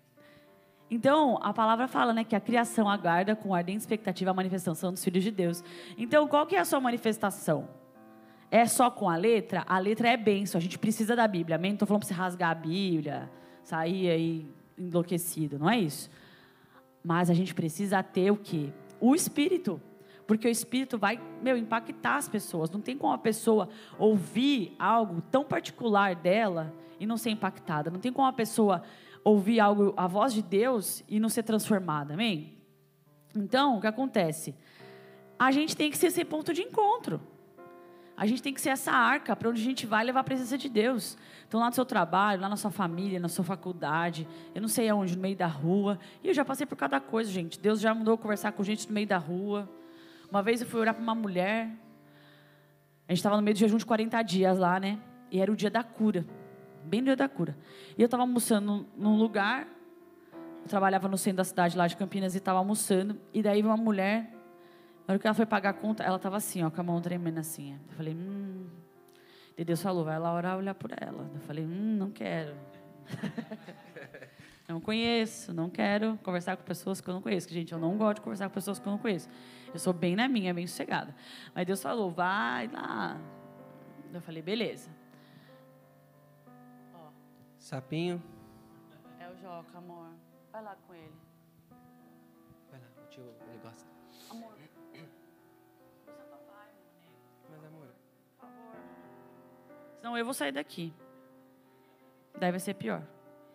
[SPEAKER 2] Então, a palavra fala, né, que a criação aguarda com ardente expectativa a manifestação dos filhos de Deus. Então, qual que é a sua manifestação? É só com a letra? A letra é bênção, a gente precisa da Bíblia, amém? Não estou falando para você rasgar a Bíblia, sair aí enlouquecido, não é isso? Mas a gente precisa ter o quê? O Espírito. Porque o Espírito vai, meu, impactar as pessoas. Não tem como a pessoa ouvir algo tão particular dela e não ser impactada. Não tem como a pessoa ouvir algo, a voz de Deus e não ser transformada, amém? Então, o que acontece? A gente tem que ser esse ponto de encontro. A gente tem que ser essa arca para onde a gente vai levar a presença de Deus. Então, lá no seu trabalho, lá na sua família, na sua faculdade, eu não sei aonde, no meio da rua. E eu já passei por cada coisa, gente. Deus já mandou conversar com gente no meio da rua. Uma vez eu fui orar para uma mulher. A gente estava no meio do jejum de quarenta dias lá, né? E era o dia da cura. Bem no dia da cura. E eu estava almoçando num lugar. Eu trabalhava no centro da cidade lá de Campinas e estava almoçando. E daí uma mulher... Na hora que ela foi pagar a conta, ela estava assim, ó, com a mão tremendo assim. Eu falei, hum... E Deus falou, vai lá orar, olhar por ela. Eu falei, hum, não quero. Não conheço, não quero conversar com pessoas que eu não conheço. Gente, eu não gosto de conversar com pessoas que eu não conheço. Eu sou bem na minha, bem sossegada. Mas Deus falou, vai lá. Eu falei, beleza. Ó.
[SPEAKER 1] Sapinho.
[SPEAKER 2] É o Joca, amor. Vai lá com ele.
[SPEAKER 1] Vai lá, o tio, ele gosta.
[SPEAKER 2] Amor.
[SPEAKER 1] Mas, amor...
[SPEAKER 2] Por favor. Senão eu vou sair daqui. Daí vai ser pior.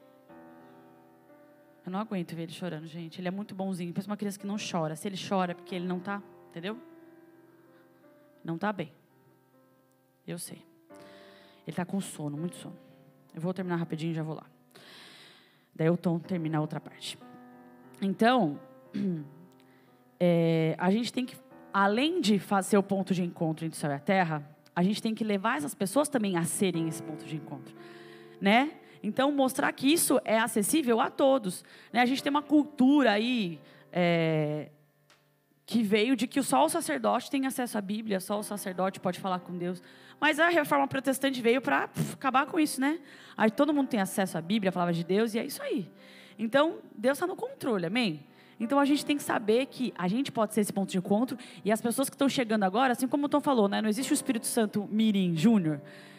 [SPEAKER 2] Eu não aguento ver ele chorando, gente. Ele é muito bonzinho. Pensa uma criança que não chora. Se ele chora é porque ele não tá, entendeu? Não tá bem. Eu sei. Ele tá com sono, muito sono. Eu vou terminar rapidinho e já vou lá. Daí o Tom termina a outra parte. Então, é, a gente tem que, além de fazer o ponto de encontro entre o céu e a terra, a gente tem que levar essas pessoas também a serem esse ponto de encontro, né? Então, mostrar que isso é acessível a todos, né? A gente tem uma cultura aí é, que veio de que só o sacerdote tem acesso à Bíblia, só o sacerdote pode falar com Deus. Mas a reforma protestante veio para acabar com isso, né? Aí todo mundo tem acesso à Bíblia, a palavra de Deus, e é isso aí. Então, Deus está no controle, amém? Então, a gente tem que saber que a gente pode ser esse ponto de encontro, e as pessoas que estão chegando agora, assim como o Tom falou, né? Não existe o Espírito Santo Mirim Júnior.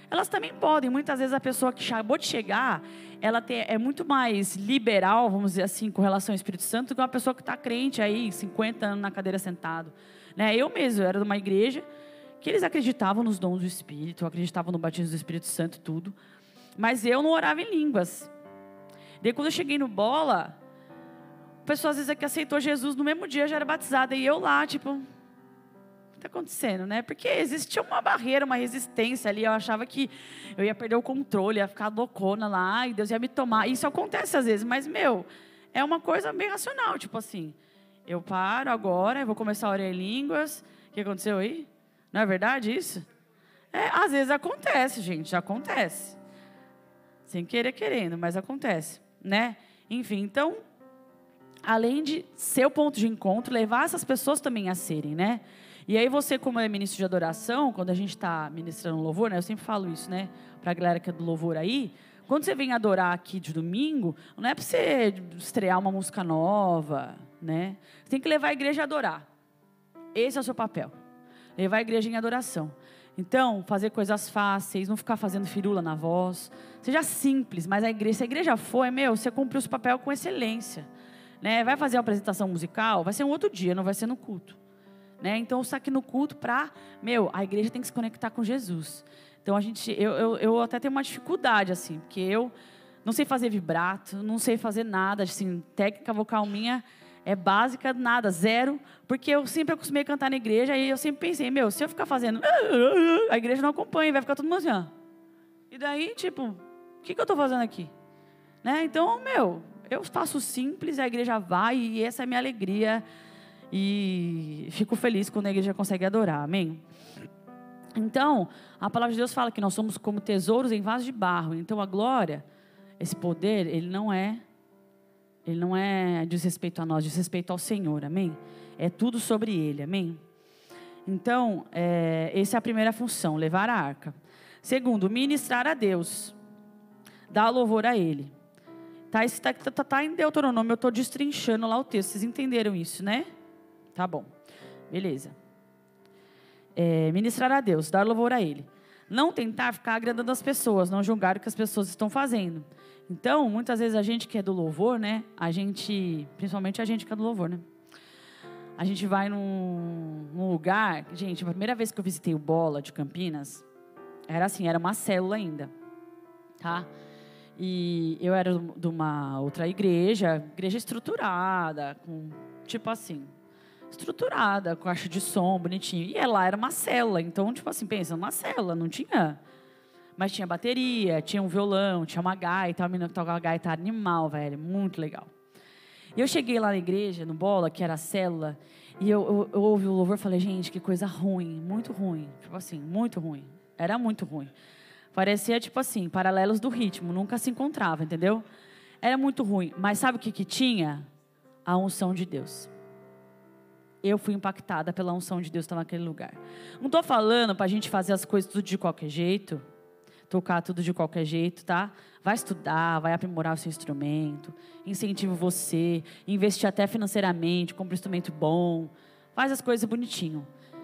[SPEAKER 2] elas também podem. Muitas vezes a pessoa que acabou de chegar, ela tem, é muito mais liberal, vamos dizer assim, com relação ao Espírito Santo, do que uma pessoa que está crente aí, cinquenta anos na cadeira sentado. Né? Eu mesmo, eu era de uma igreja que eles acreditavam nos dons do Espírito, acreditavam no batismo do Espírito Santo, tudo. Mas eu não orava em línguas. Daí quando eu cheguei no Bola, a pessoa às vezes é que aceitou Jesus no mesmo dia já era batizada. E eu lá, tipo, o que está acontecendo, né? Porque existia uma barreira, uma resistência ali. Eu achava que eu ia perder o controle, ia ficar loucona lá, e Deus ia me tomar. Isso acontece às vezes, mas, meu, é uma coisa bem racional. Tipo assim, eu paro agora, eu vou começar a orar em línguas. O que aconteceu aí? Não é verdade isso? É, às vezes acontece, gente, acontece. Sem querer, querendo, mas acontece, né? Enfim, então, além de ser o ponto de encontro, levar essas pessoas também a serem, né? E aí você, como é ministro de adoração, quando a gente está ministrando louvor, né? Eu sempre falo isso, né? Para a galera que é do louvor aí, quando você vem adorar aqui de domingo, não é para você estrear uma música nova, né? Você tem que levar a igreja a adorar. Esse é o seu papel. Levar a igreja em adoração. Então, fazer coisas fáceis, não ficar fazendo firula na voz. Seja simples, mas a igreja, se a igreja for, é meu, você cumpriu o seu papel com excelência. Né? Vai fazer uma apresentação musical, vai ser um outro dia, não vai ser no culto. Né? Então, está aqui no culto para, meu, a igreja tem que se conectar com Jesus. Então, a gente, eu, eu, eu até tenho uma dificuldade, assim, porque eu não sei fazer vibrato, não sei fazer nada, assim, técnica vocal minha é básica, nada, zero, porque eu sempre acostumei a cantar na igreja, e eu sempre pensei, meu, se eu ficar fazendo, a igreja não acompanha, vai ficar todo mundo assim, ó. E daí, tipo, o que, que eu estou fazendo aqui? Né? Então, meu, eu faço simples, a igreja vai, e essa é a minha alegria, e fico feliz quando a igreja consegue adorar, amém? Então, a palavra de Deus fala que nós somos como tesouros em vasos de barro, então a glória, esse poder, ele não é Ele não é diz respeito a nós, diz respeito ao Senhor, amém? É tudo sobre Ele, amém? Então, é, essa é a primeira função, levar a arca. Segundo, ministrar a Deus, dar louvor a Ele. Tá, isso tá, tá, tá em Deuteronômio, eu estou destrinchando lá o texto, vocês entenderam isso, né? Tá bom, beleza. É, ministrar a Deus, dar louvor a Ele. Não tentar ficar agradando as pessoas, não julgar o que as pessoas estão fazendo. Então, muitas vezes a gente que é do louvor, né? A gente, principalmente a gente que é do louvor, né? A gente vai num, num lugar... Gente, a primeira vez que eu visitei o Bola de Campinas, era assim, era uma célula ainda, tá? E eu era de uma outra igreja, igreja estruturada, com, tipo assim, estruturada, com caixa de som, bonitinho. E lá era uma célula, então, tipo assim, pensa, uma célula, não tinha... Mas tinha bateria, tinha um violão, tinha uma gaita, uma menina que tocava gaita animal, velho, muito legal. E eu cheguei lá na igreja, no Bola, que era a célula, e eu, eu, eu ouvi o louvor e falei, gente, que coisa ruim, muito ruim. Tipo assim, muito ruim. Era muito ruim. Parecia, tipo assim, paralelos do ritmo, nunca se encontrava, entendeu? Era muito ruim. Mas sabe o que que tinha? A unção de Deus. Eu fui impactada pela unção de Deus que estava naquele lugar. Não estou falando para a gente fazer as coisas tudo de qualquer jeito, tocar tudo de qualquer jeito, tá? Vai estudar, vai aprimorar o seu instrumento, incentiva você, investir até financeiramente, compra um instrumento bom, faz as coisas bonitinho.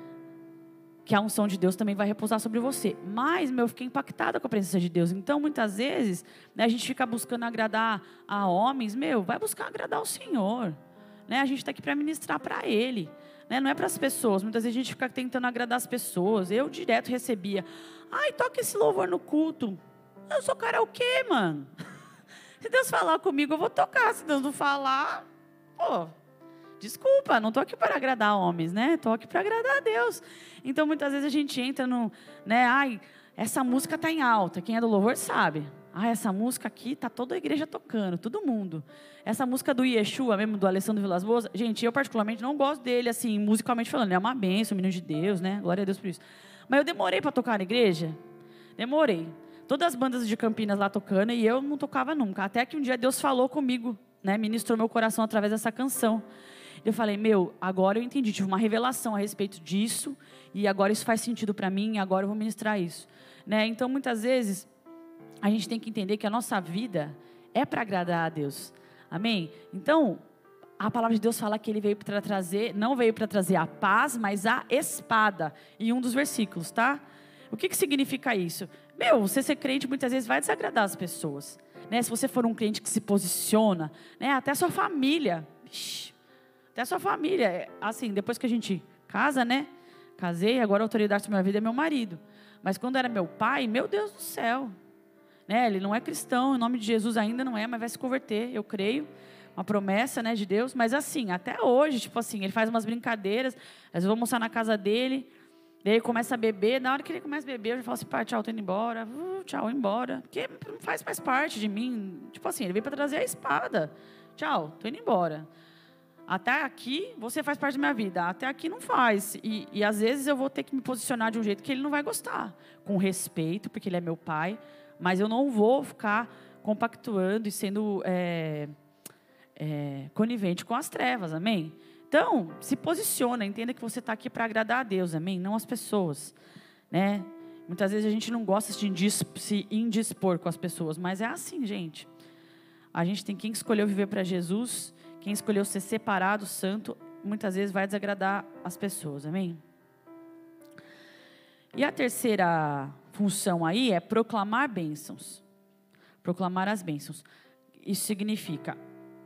[SPEAKER 2] Que a unção de Deus também vai repousar sobre você. Mas, meu, eu fiquei impactada com a presença de Deus. Então, muitas vezes, né, a gente fica buscando agradar a homens, meu, vai buscar agradar o Senhor. Né? A gente está aqui para ministrar para Ele. Né? Não é para as pessoas. Muitas vezes a gente fica tentando agradar as pessoas. Eu direto recebia. Ai, toca esse louvor no culto. Eu sou karaokê, mano. Se Deus falar comigo, eu vou tocar. Se Deus não falar, pô, desculpa, não estou aqui para agradar homens, né? Estou aqui para agradar a Deus. Então, muitas vezes a gente entra no, né? Ai, essa música está em alta. Quem é do louvor sabe. Ai, essa música aqui, está toda a igreja tocando, todo mundo. Essa música do Yeshua, mesmo do Alessandro Vilas Boas, gente, eu particularmente não gosto dele, assim, musicalmente falando. Ele é uma bênção, um menino de Deus, né? Glória a Deus por isso. Mas eu demorei para tocar na igreja. Demorei. Todas as bandas de Campinas lá tocando e eu não tocava nunca. Até que um dia Deus falou comigo, né? Ministrou meu coração através dessa canção. Eu falei, meu, agora eu entendi. Tive uma revelação a respeito disso e agora isso faz sentido para mim e agora eu vou ministrar isso. Né? Então, muitas vezes, a gente tem que entender que a nossa vida é para agradar a Deus. Amém? Então, a palavra de Deus fala que Ele veio para trazer, não veio para trazer a paz, mas a espada, em um dos versículos, tá? O que, que significa isso? Meu, você ser crente muitas vezes vai desagradar as pessoas. Né? Se você for um crente que se posiciona, né? Até a sua família. Vixi, até a sua família. Assim, depois que a gente casa, né? Casei, agora a autoridade da minha vida é meu marido. Mas quando era meu pai, meu Deus do céu. Né? Ele não é cristão, em nome de Jesus ainda não é, mas vai se converter, eu creio. Uma promessa, né, de Deus. Mas assim, até hoje, tipo assim, ele faz umas brincadeiras. Às vezes eu vou almoçar na casa dele. Daí ele começa a beber. Na hora que ele começa a beber, eu já falo assim, pai, tchau, tô indo embora. Uh, tchau, embora. Porque não faz mais parte de mim. Tipo assim, ele veio para trazer a espada. Tchau, tô indo embora. Até aqui, você faz parte da minha vida. Até aqui não faz. E, e às vezes eu vou ter que me posicionar de um jeito que ele não vai gostar. Com respeito, porque ele é meu pai. Mas eu não vou ficar compactuando e sendo é, é, conivente com as trevas, amém? Então, se posiciona, entenda que você está aqui para agradar a Deus, amém? Não as pessoas, né? Muitas vezes a gente não gosta de se indispor com as pessoas, mas é assim, gente. A gente tem quem escolheu viver para Jesus, quem escolheu ser separado, santo, muitas vezes vai desagradar as pessoas, amém? E a terceira função aí é proclamar bênçãos. Proclamar as bênçãos. Isso significa,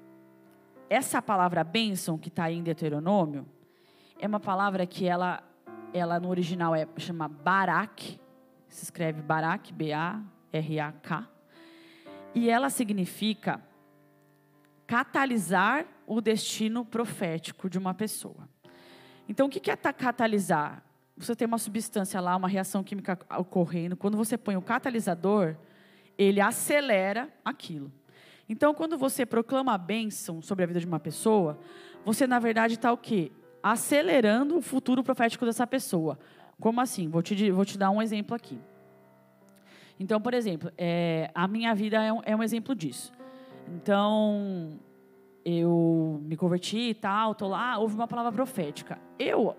[SPEAKER 2] essa palavra bênção que está aí em Deuteronômio, é uma palavra que ela, ela no original é, chama Barak, se escreve Barak, B A R A K, e ela significa catalisar o destino profético de uma pessoa. Então, o que é catalisar? Você tem uma substância lá, uma reação química ocorrendo. Quando você põe o catalisador, ele acelera aquilo. Então, quando você proclama a bênção sobre a vida de uma pessoa, você, na verdade, está o quê? Acelerando o futuro profético dessa pessoa. Como assim? Vou te, vou te dar um exemplo aqui. Então, por exemplo, é, a minha vida é um, é um exemplo disso. Então, eu me converti e tal, estou lá, houve uma palavra profética. Eu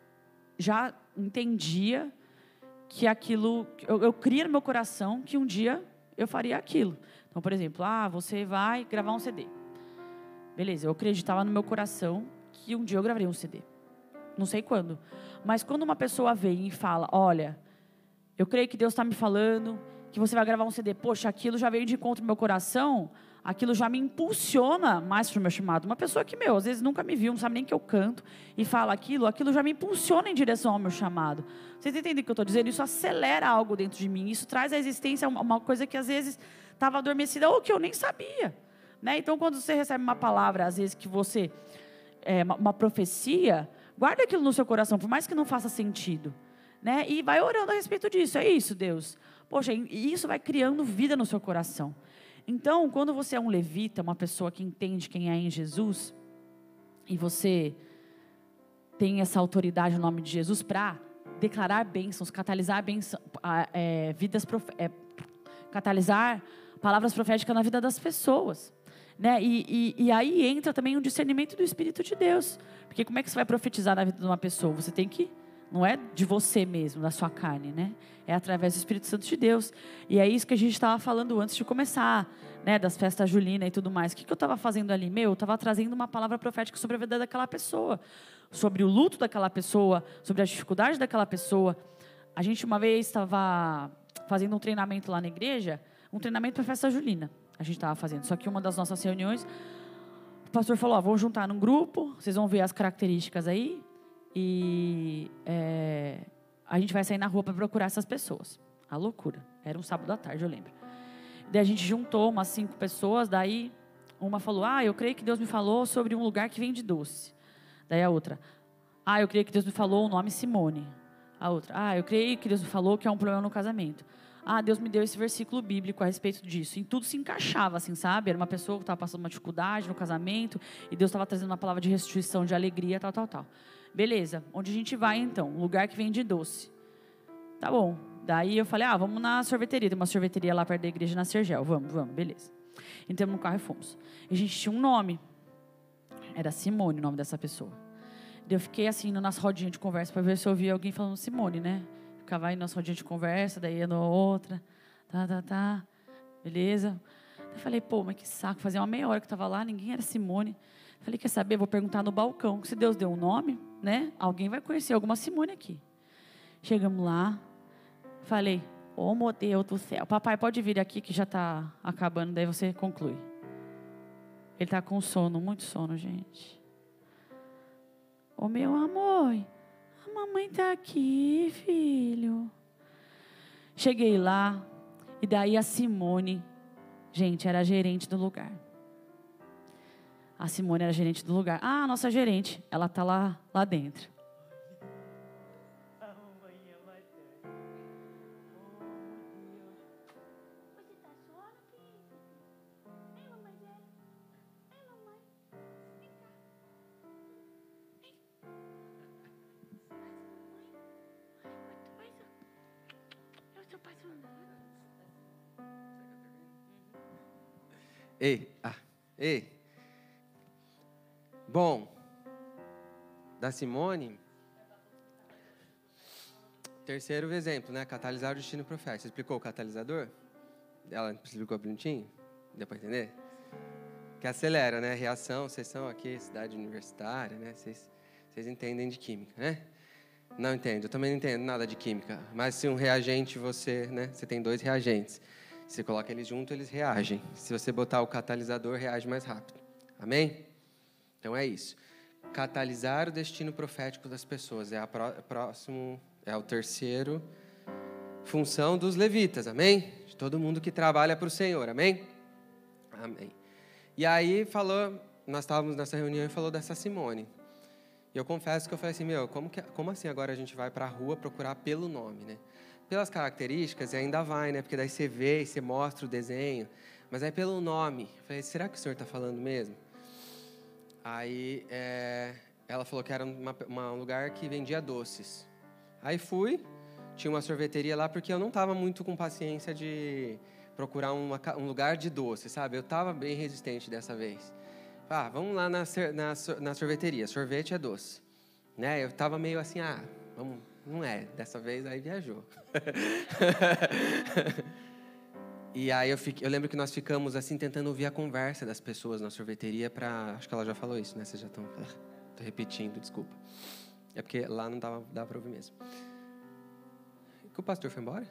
[SPEAKER 2] já entendia que aquilo, eu, eu cria no meu coração que um dia eu faria aquilo. Então, por exemplo, ah, você vai gravar um C D. Beleza, eu acreditava no meu coração que um dia eu gravaria um C D. Não sei quando. Mas quando uma pessoa vem e fala, olha, eu creio que Deus está me falando que você vai gravar um C D. Poxa, aquilo já veio de encontro no meu coração, aquilo já me impulsiona mais para o meu chamado. Uma pessoa que, meu, às vezes nunca me viu, não sabe nem que eu canto, e fala aquilo, aquilo já me impulsiona em direção ao meu chamado. Vocês entendem o que eu estou dizendo? Isso acelera algo dentro de mim, isso traz à existência uma coisa que às vezes estava adormecida ou que eu nem sabia. Né? Então, quando você recebe uma palavra, às vezes que você, é, uma, uma profecia, guarda aquilo no seu coração, por mais que não faça sentido. Né? E vai orando a respeito disso, é isso, Deus. Poxa, e isso vai criando vida no seu coração. Então, quando você é um levita, uma pessoa que entende quem é em Jesus, e você tem essa autoridade no nome de Jesus para declarar bênçãos, catalisar bênçãos, é, vidas, é, catalisar palavras proféticas na vida das pessoas. Né? E, e, e aí entra também o discernimento do Espírito de Deus. Porque como é que você vai profetizar na vida de uma pessoa? Você tem que... Não é de você mesmo, da sua carne, né? É através do Espírito Santo de Deus. E é isso que a gente estava falando antes de começar, né? Das festas julinas e tudo mais. O que, que eu estava fazendo ali? Meu, eu estava trazendo uma palavra profética sobre a vida daquela pessoa. Sobre o luto daquela pessoa, sobre a dificuldade daquela pessoa. A gente uma vez estava fazendo um treinamento lá na igreja, um treinamento para a festa julina. A gente estava fazendo. Só que uma das nossas reuniões, o pastor falou, ó, vamos juntar num grupo, vocês vão ver as características aí. E é, a gente vai sair na rua para procurar essas pessoas. A loucura. Era um sábado à tarde, eu lembro. Daí a gente juntou umas cinco pessoas. Daí uma falou, ah, eu creio que Deus me falou sobre um lugar que vende doce. Daí a outra, ah, eu creio que Deus me falou o nome Simone. A outra, ah, eu creio que Deus me falou que é um problema no casamento. Ah, Deus me deu esse versículo bíblico a respeito disso. E tudo se encaixava, assim, sabe? Era uma pessoa que estava passando uma dificuldade no casamento. E Deus estava trazendo uma palavra de restituição, de alegria, tal, tal, tal. Beleza, onde a gente vai então? Um lugar que vende doce. Tá bom. Daí eu falei, ah, vamos na sorveteria. Tem uma sorveteria lá perto da igreja na Sergel. Vamos, vamos, beleza. Entramos no carro e fomos. E a gente tinha um nome. Era Simone o nome dessa pessoa. Daí eu fiquei assim, indo nas rodinhas de conversa para ver se eu ouvia alguém falando Simone, né? Ficava indo nas rodinhas de conversa, daí ia na outra. Tá, tá, tá. Beleza. Eu falei, pô, mas que saco. Fazia uma meia hora que eu estava lá, ninguém era Simone. Falei, quer saber? Vou perguntar no balcão. Se Deus deu um nome, né? Alguém vai conhecer alguma Simone aqui. Chegamos lá. Falei, ô, meu Deus do céu. Papai, pode vir aqui que já está acabando, daí você conclui. Ele está com sono, muito sono, gente. Ô, meu amor, a mamãe está aqui, filho. Cheguei lá, e daí a Simone, gente, era a gerente do lugar. A Simone era a gerente do lugar. Ah, a nossa gerente, ela está lá, lá dentro.
[SPEAKER 1] Ei, ah, ei. Bom, da Simone, terceiro exemplo, né? Catalisar o destino profético. Você explicou o catalisador? Ela explicou bonitinho? Deu para entender? Que acelera, né? Reação, sessão aqui, cidade universitária, né? Vocês, vocês entendem de química, né? Não entendo, eu também não entendo nada de química. Mas se um reagente, você, né? Você tem dois reagentes. Se você coloca eles juntos, eles reagem. Se você botar o catalisador, reage mais rápido. Amém? Então é isso. Catalisar o destino profético das pessoas. É a pró- próximo, é o terceiro função dos levitas. Amém? De todo mundo que trabalha para o Senhor. Amém? Amém. E aí falou, nós estávamos nessa reunião e falou dessa Simone. E eu confesso que eu falei assim, meu, como, que, como assim agora a gente vai para a rua procurar pelo nome, né? Pelas características, e ainda vai, né? Porque daí você vê e você mostra o desenho. Mas aí pelo nome. Eu falei, será que o senhor está falando mesmo? Aí é, ela falou que era uma, uma, um lugar que vendia doces. Aí fui, tinha uma sorveteria lá, porque eu não estava muito com paciência de procurar uma, um lugar de doce, sabe? Eu estava bem resistente dessa vez. Ah, vamos lá na, na, na sorveteria, sorvete é doce. Né? Eu estava meio assim, ah, vamos... Não é, dessa vez aí viajou. E aí eu, fiquei, eu lembro que nós ficamos assim tentando ouvir a conversa das pessoas na sorveteria para, acho que ela já falou isso, né? Vocês já estão, tô repetindo, desculpa. É porque lá não dava, dava para ouvir mesmo. E que o pastor foi embora?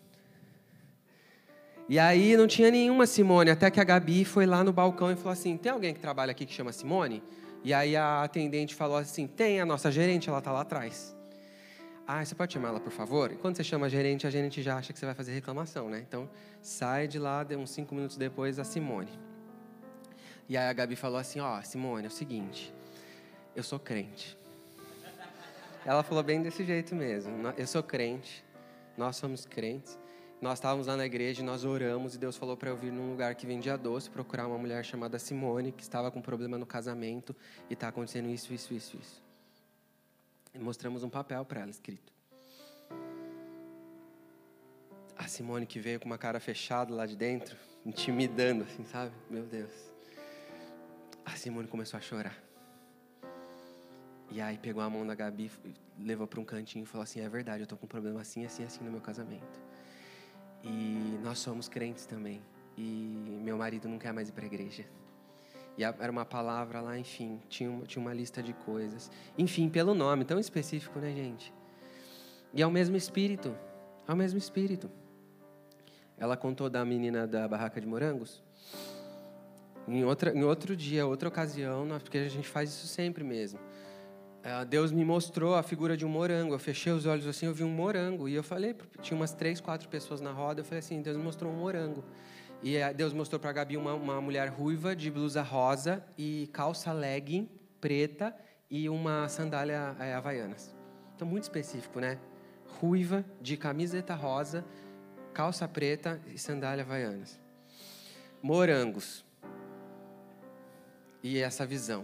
[SPEAKER 1] E aí não tinha nenhuma Simone, até que a Gabi foi lá no balcão e falou assim, tem alguém que trabalha aqui que chama Simone? E aí a atendente falou assim, tem, a nossa gerente, ela está lá atrás. Ah, você pode chamar ela, por favor? E quando você chama a gerente, a gerente já acha que você vai fazer reclamação, né? Então, sai de lá, uns cinco minutos depois, a Simone. E aí a Gabi falou assim, ó, oh, Simone, é o seguinte, eu sou crente. Ela falou bem desse jeito mesmo. Eu sou crente, nós somos crentes. Nós estávamos lá na igreja, nós oramos, e Deus falou para eu vir num lugar que vendia doce, procurar uma mulher chamada Simone, que estava com problema no casamento, e está acontecendo isso, isso, isso, isso. E mostramos um papel para ela escrito. A Simone que veio com uma cara fechada lá de dentro, intimidando, assim, sabe? Meu Deus. A Simone começou a chorar. E aí pegou a mão da Gabi, levou para um cantinho e falou assim, é verdade, eu estou com um problema assim, assim, assim no meu casamento. E nós somos crentes também. E meu marido não quer mais ir para a igreja. E era uma palavra lá, enfim, tinha uma, tinha uma lista de coisas. Enfim, pelo nome, tão específico, né, gente? E é o mesmo espírito, é o mesmo espírito. Ela contou da menina da barraca de morangos. Em, outra, em outro dia, outra ocasião, porque a gente faz isso sempre mesmo. Deus me mostrou a figura de um morango. Eu fechei os olhos assim, eu vi um morango. E eu falei, tinha umas três, quatro pessoas na roda. Eu falei assim, Deus me mostrou um morango. E Deus mostrou para a Gabi uma, uma mulher ruiva de blusa rosa e calça legging preta e uma sandália é, havaianas. Então, muito específico, né? Ruiva, de camiseta rosa, calça preta e sandália havaianas. Morangos. E essa visão.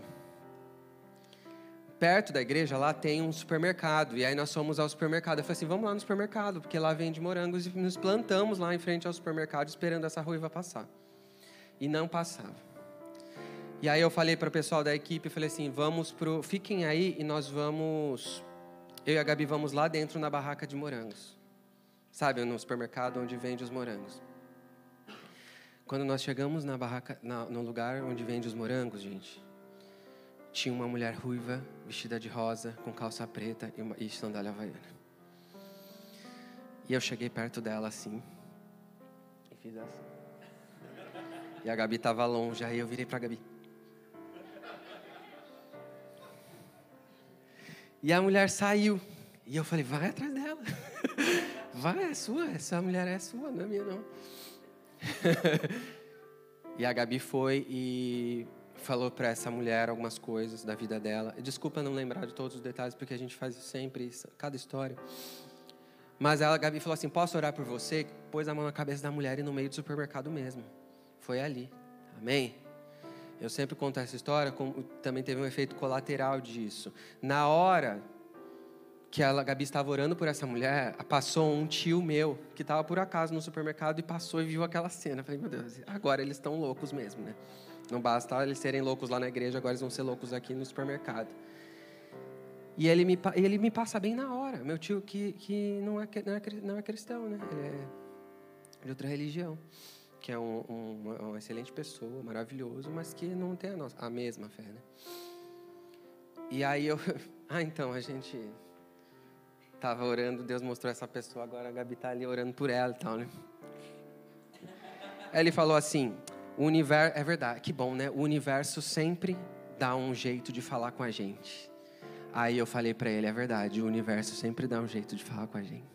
[SPEAKER 1] Perto da igreja, lá tem um supermercado. E aí nós fomos ao supermercado. Eu falei assim, vamos lá no supermercado, porque lá vende morangos. E nos plantamos lá em frente ao supermercado, esperando essa ruiva passar. E não passava. E aí eu falei para o pessoal da equipe, falei assim, vamos pro... fiquem aí e nós vamos... Eu e a Gabi vamos lá dentro na barraca de morangos. Sabe, no supermercado onde vende os morangos. Quando nós chegamos na barraca, na, no lugar onde vende os morangos, gente... tinha uma mulher ruiva, vestida de rosa, com calça preta e, uma, e sandália havaiana. E eu cheguei perto dela assim. E fiz assim. E a Gabi estava longe. Aí eu virei para a Gabi. E a mulher saiu. E eu falei, vai atrás dela. Vai, é sua. Essa mulher é sua, não é minha não. E a Gabi foi e falou para essa mulher algumas coisas da vida dela. Desculpa não lembrar de todos os detalhes, porque a gente faz sempre isso, cada história. Mas a Gabi falou assim, posso orar por você? Pôs a mão na cabeça da mulher e no meio do supermercado mesmo. Foi ali. Amém? Eu sempre conto essa história, como também teve um efeito colateral disso. Na hora que a Gabi estava orando por essa mulher, passou um tio meu, que estava por acaso no supermercado e passou e viu aquela cena. Eu falei, meu Deus, agora eles estão loucos mesmo, né? Não basta eles serem loucos lá na igreja, agora eles vão ser loucos aqui no supermercado. E ele me, ele me passa bem na hora. Meu tio que, que não, é, não, é, não é cristão, né? Ele é de outra religião. Que é um, um, uma excelente pessoa, maravilhoso, mas que não tem a, nossa, a mesma fé, né? E aí eu... Ah, então, a gente estava orando, Deus mostrou essa pessoa, agora a Gabi está ali orando por ela e tal, né? Aí ele falou assim, o universo... É verdade, que bom, né? O universo sempre dá um jeito de falar com a gente. Aí eu falei para ele, é verdade, o universo sempre dá um jeito de falar com a gente.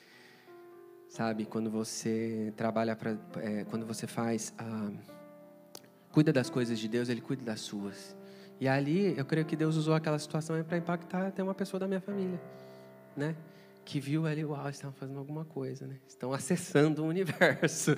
[SPEAKER 1] Sabe, quando você trabalha, pra, é, quando você faz, ah, cuida das coisas de Deus, Ele cuida das suas. E ali, eu creio que Deus usou aquela situação para impactar até uma pessoa da minha família, né? Que viu ali, uau, estão fazendo alguma coisa, né? Estão acessando o universo,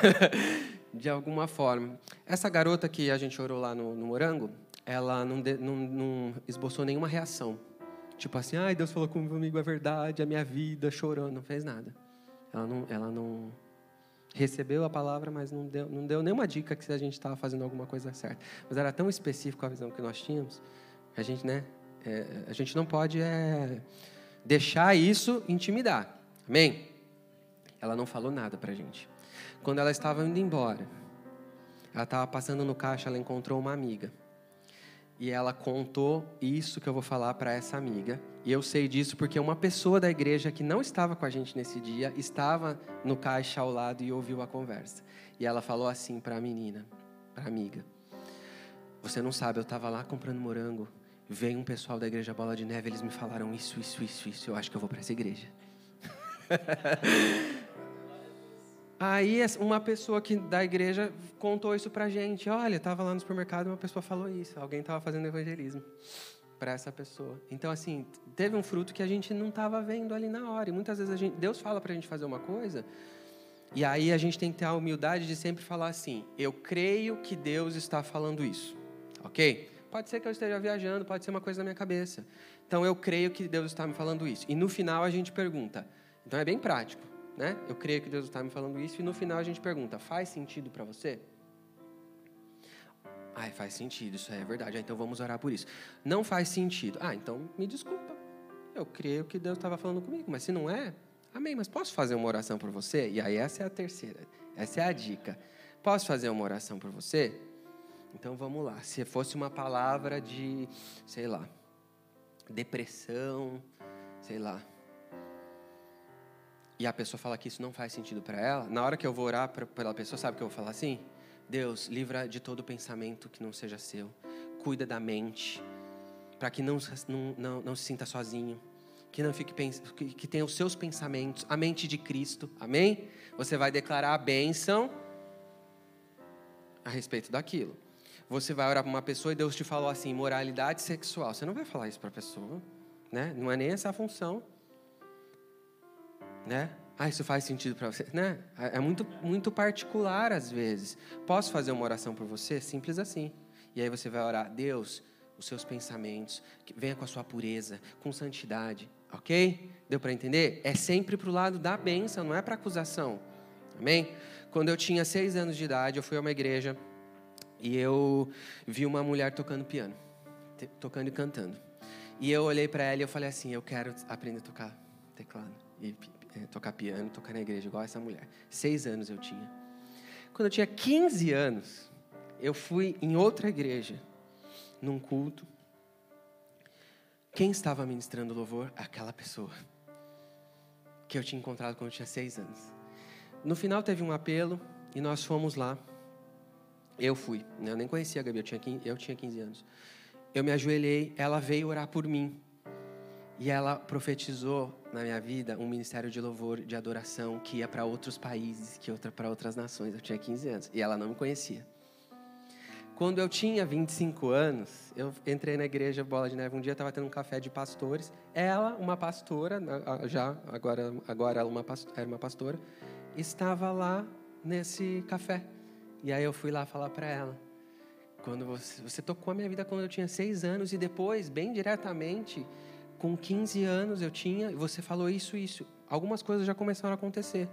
[SPEAKER 1] de alguma forma. Essa garota que a gente orou lá no, no Morango, ela não, de, não, não esboçou nenhuma reação. Tipo assim, ai, Deus falou comigo, é verdade, a minha vida, chorando, não fez nada. Ela não, ela não recebeu a palavra, mas não deu, não deu nenhuma dica que a gente estava fazendo alguma coisa certa. Mas era tão específico a visão que nós tínhamos, que a gente, né, é, a gente não pode é, deixar isso intimidar. Amém? Ela não falou nada para a gente. Quando ela estava indo embora, ela estava passando no caixa, ela encontrou uma amiga. E ela contou isso que eu vou falar para essa amiga. E eu sei disso porque uma pessoa da igreja que não estava com a gente nesse dia, estava no caixa ao lado e ouviu a conversa. E ela falou assim para a menina, para a amiga. Você não sabe, eu estava lá comprando morango. Veio um pessoal da igreja Bola de Neve, eles me falaram isso, isso, isso, isso. Eu acho que eu vou para essa igreja. Aí uma pessoa que, da igreja contou isso pra gente. Olha, estava lá no supermercado e uma pessoa falou isso. Alguém estava fazendo evangelismo para essa pessoa. Então, assim, teve um fruto que a gente não estava vendo ali na hora. E muitas vezes a gente, Deus fala pra gente fazer uma coisa, e aí a gente tem que ter a humildade de sempre falar assim, eu creio que Deus está falando isso. Ok? Pode ser que eu esteja viajando, pode ser uma coisa na minha cabeça. Então, eu creio que Deus está me falando isso. E no final a gente pergunta. Então, é bem prático. Né? Eu creio que Deus está me falando isso e no final a gente pergunta, faz sentido para você? Ah, faz sentido, isso é verdade, ah, então vamos orar por isso. Não faz sentido. Ah, então me desculpa, eu creio que Deus estava falando comigo, mas se não é, amém, mas posso fazer uma oração por você? E aí essa é a terceira, essa é a dica. Posso fazer uma oração por você? Então vamos lá, se fosse uma palavra de, sei lá, depressão, sei lá, e a pessoa fala que isso não faz sentido para ela, na hora que eu vou orar pra, pela pessoa, sabe o que eu vou falar assim? Deus, livra de todo pensamento que não seja seu. Cuida da mente, para que não, não, não, não se sinta sozinho. Que, não fique, que, que tenha os seus pensamentos, a mente de Cristo. Amém? Você vai declarar a bênção a respeito daquilo. Você vai orar para uma pessoa e Deus te falou assim, moralidade sexual. Você não vai falar isso para a pessoa, né? Não é nem essa a função. Né? Ah, isso faz sentido para você, né? É muito, muito particular às vezes. Posso fazer uma oração por você? Simples assim. E aí você vai orar, Deus, os seus pensamentos, venha com a sua pureza, com santidade, ok? Deu para entender? É sempre para o lado da bênção, não é para acusação, amém? Quando eu tinha seis anos de idade, eu fui a uma igreja e eu vi uma mulher tocando piano, tocando e cantando. E eu olhei para ela e eu falei assim, eu quero aprender a tocar teclado e é, tocar piano, tocar na igreja, igual essa mulher. Seis anos eu tinha. Quando eu tinha quinze anos, eu fui em outra igreja, num culto. Quem estava ministrando louvor? Aquela pessoa. que eu tinha encontrado quando eu tinha seis anos. No final teve um apelo e nós fomos lá. Eu fui, eu nem conhecia a Gabi, eu tinha quinze, eu tinha quinze anos. Eu me ajoelhei, ela veio orar por mim. E ela profetizou na minha vida um ministério de louvor, de adoração, que ia para outros países, que ia para outras nações. Eu tinha quinze anos e ela não me conhecia. Quando eu tinha vinte e cinco anos, eu entrei na igreja Bola de Neve. Um dia estava tendo um café de pastores. Ela, uma pastora, já agora, agora ela uma, era uma pastora, estava lá nesse café. E aí eu fui lá falar para ela. Quando você, você tocou a minha vida quando eu tinha seis anos e depois, bem diretamente, com quinze anos eu tinha, você falou isso e isso. Algumas coisas já começaram a acontecer.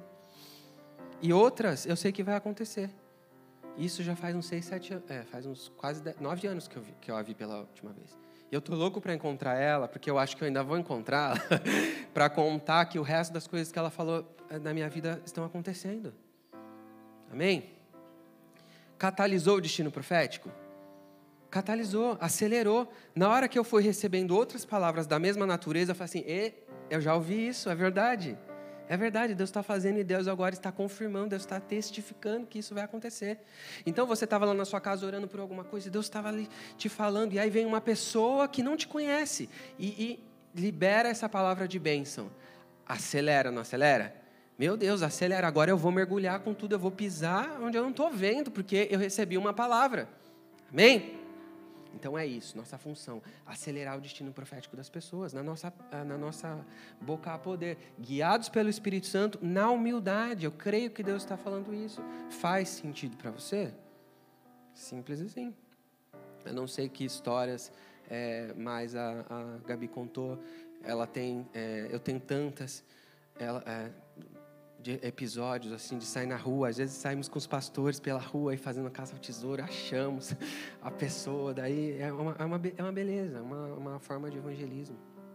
[SPEAKER 1] E outras eu sei que vai acontecer. Isso já faz uns seis, sete anos, é, faz uns quase dez, nove anos que eu, vi, que eu a vi pela última vez. E eu tô louco para encontrar ela, porque eu acho que eu ainda vou encontrá-la, para contar que o resto das coisas que ela falou na minha vida estão acontecendo. Amém? Catalisou o destino profético? Catalisou, acelerou. Na hora que eu fui recebendo outras palavras da mesma natureza, eu falei assim, e, eu já ouvi isso, é verdade. É verdade, Deus está fazendo e Deus agora está confirmando, Deus está testificando que isso vai acontecer. Então você estava lá na sua casa orando por alguma coisa e Deus estava ali te falando. E aí vem uma pessoa que não te conhece e, e libera essa palavra de bênção. Acelera, não acelera? Meu Deus, acelera. Agora eu vou mergulhar com tudo, eu vou pisar onde eu não estou vendo, porque eu recebi uma palavra. Amém? Então é isso, nossa função, acelerar o destino profético das pessoas, na nossa, na nossa boca há poder, guiados pelo Espírito Santo, na humildade. Eu creio que Deus está falando isso. Faz sentido para você? Simples assim. Eu não sei que histórias é, mais a, a Gabi contou, ela tem, é, eu tenho tantas ela, é, de episódios assim, de sair na rua. Às vezes saímos com os pastores pela rua e fazendo caça ao tesouro, achamos a pessoa, daí é uma, é uma, é uma beleza, uma, uma forma de evangelismo.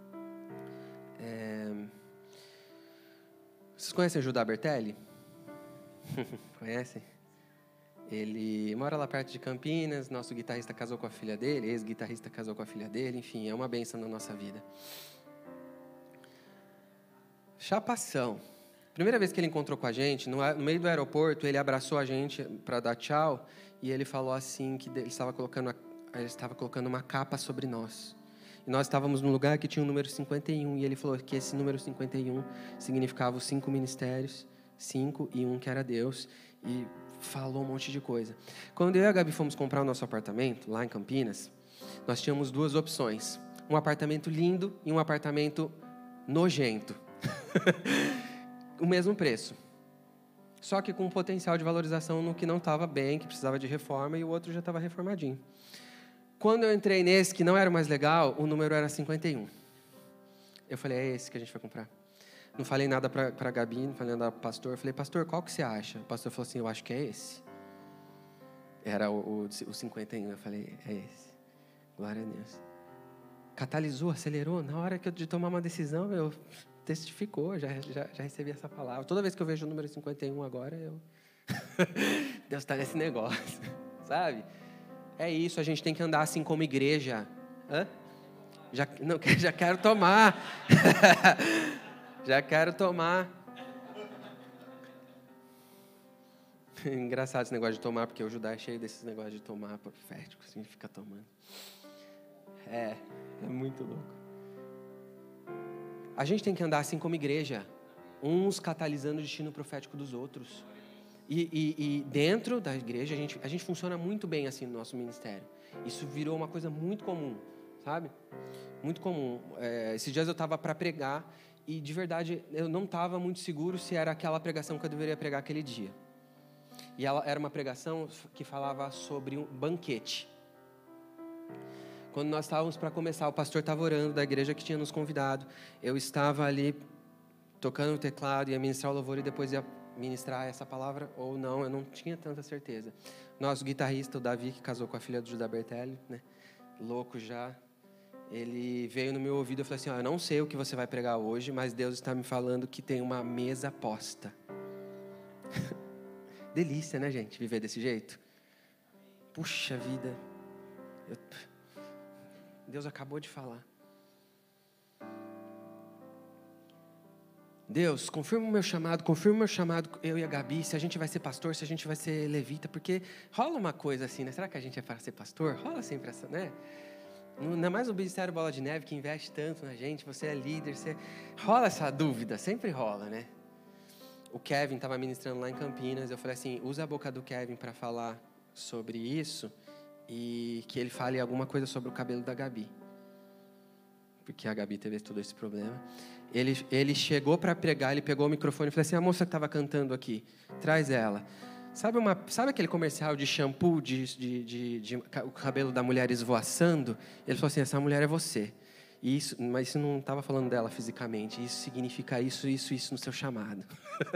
[SPEAKER 1] É... Vocês conhecem o Judá Bertelli? Conhecem? Ele mora lá perto de Campinas, nosso guitarrista casou com a filha dele, ex-guitarrista casou com a filha dele, enfim, é uma bênção na nossa vida. Chapação. Primeira vez que ele encontrou com a gente, no, no meio do aeroporto, ele abraçou a gente para dar tchau e ele falou assim que ele estava colocando, ele estava colocando uma capa sobre nós. E nós estávamos num lugar que tinha o número cinquenta e um e ele falou que esse número cinquenta e um significava os cinco ministérios, cinco e um que era Deus, e falou um monte de coisa. Quando eu e a Gabi fomos comprar o nosso apartamento, lá em Campinas, nós tínhamos duas opções. Um apartamento lindo e um apartamento nojento. O mesmo preço. Só que com um potencial de valorização no que não estava bem, que precisava de reforma, e o outro já estava reformadinho. Quando eu entrei nesse, que não era o mais legal, o número era cinquenta e um. Eu falei, é esse que a gente vai comprar. Não falei nada para a Gabi, não falei nada para o pastor. Eu falei, pastor, qual que você acha? O pastor falou assim, eu acho que é esse. Era o, o, o cinquenta e um. Eu falei, é esse. Glória a Deus. Catalisou, acelerou. Na hora que eu, de tomar uma decisão, eu... testificou, já, já, já recebi essa palavra. Toda vez que eu vejo o número cinquenta e um agora, eu... Deus está nesse negócio, sabe? É isso, a gente tem que andar assim como igreja. Hã? Já, não, já quero tomar. Já quero tomar. Engraçado esse negócio de tomar, porque o Judá é cheio desses negócios de tomar profético, assim, fica tomando. É, é muito louco. A gente tem que andar assim como igreja, uns catalisando o destino profético dos outros. E, e, e dentro da igreja, a gente, a gente funciona muito bem assim no nosso ministério. Isso virou uma coisa muito comum, sabe? Muito comum. É, esses dias eu estava para pregar e, de verdade, eu não estava muito seguro se era aquela pregação que eu deveria pregar aquele dia. E ela era uma pregação que falava sobre um banquete. Quando nós estávamos para começar, o pastor estava orando da igreja que tinha nos convidado. Eu estava ali tocando o teclado, ia ministrar o louvor e depois ia ministrar essa palavra, ou não, eu não tinha tanta certeza. Nosso guitarrista, o Davi, que casou com a filha do Judá Bertelli, né, louco já, ele veio no meu ouvido e falou assim, ó, eu não sei o que você vai pregar hoje, mas Deus está me falando que tem uma mesa posta. Delícia, né, gente, viver desse jeito? Puxa vida, eu... Deus acabou de falar. Deus, confirma o meu chamado, confirma o meu chamado, eu e a Gabi, se a gente vai ser pastor, se a gente vai ser levita, porque rola uma coisa assim, né? Será que a gente é para ser pastor? Rola sempre essa, né? Ainda mais no Ministério Bola de Neve, que investe tanto na gente, você é líder, você... rola essa dúvida, sempre rola, né? O Kevin estava ministrando lá em Campinas, eu falei assim, usa a boca do Kevin para falar sobre isso e que ele fale alguma coisa sobre o cabelo da Gabi. Porque a Gabi teve todo esse problema. Ele, ele chegou para pregar, ele pegou o microfone e falou assim, a moça que estava cantando aqui, traz ela. Sabe, uma, sabe aquele comercial de shampoo, de, de, de, de, de o cabelo da mulher esvoaçando? Ele falou assim, essa mulher é você. E isso, mas isso não estava falando dela fisicamente. Isso significa isso, isso, isso no seu chamado.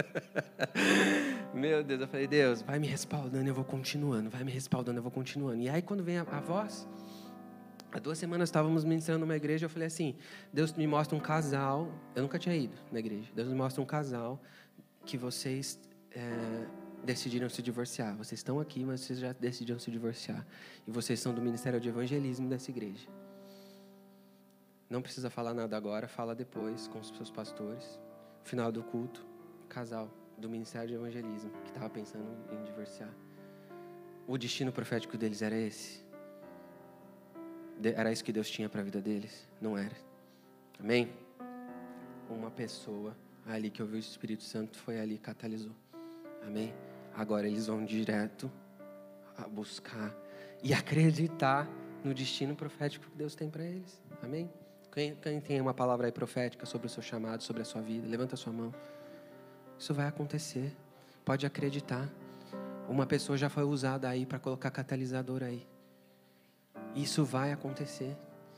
[SPEAKER 1] Meu Deus, eu falei, Deus, vai me respaldando, eu vou continuando. Vai me respaldando, eu vou continuando. E aí, quando vem a, a voz... Há duas semanas estávamos ministrando numa igreja, eu falei assim, Deus me mostra um casal, eu nunca tinha ido na igreja, Deus me mostra um casal que vocês é, decidiram se divorciar. Vocês estão aqui, mas vocês já decidiram se divorciar. E vocês são do Ministério de Evangelismo dessa igreja. Não precisa falar nada agora, fala depois com os seus pastores. Final do culto, casal do Ministério de Evangelismo, que estava pensando em divorciar. O destino profético deles era esse? Era isso que Deus tinha para a vida deles? Não era. Amém? Uma pessoa ali que ouviu o Espírito Santo foi ali e catalisou. Amém? Agora eles vão direto a buscar e acreditar no destino profético que Deus tem para eles. Amém? Quem, quem tem uma palavra aí profética sobre o seu chamado, sobre a sua vida, levanta a sua mão. Isso vai acontecer. Pode acreditar. Uma pessoa já foi usada aí para colocar catalisador aí. Isso vai acontecer.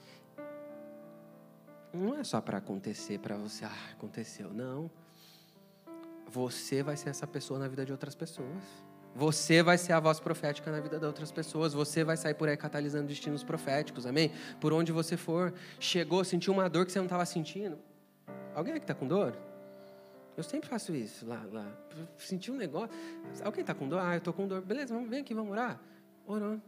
[SPEAKER 1] Não é só para acontecer, para você, ah, aconteceu. Não. Você vai ser essa pessoa na vida de outras pessoas. Você vai ser a voz profética na vida de outras pessoas. Você vai sair por aí catalisando destinos proféticos, amém? Por onde você for. Chegou, sentiu uma dor que você não estava sentindo. Alguém aqui está com dor? Eu sempre faço isso. Lá, lá. Senti um negócio. Alguém está com dor? Ah, eu estou com dor. Beleza, vem aqui, vamos orar. Orando.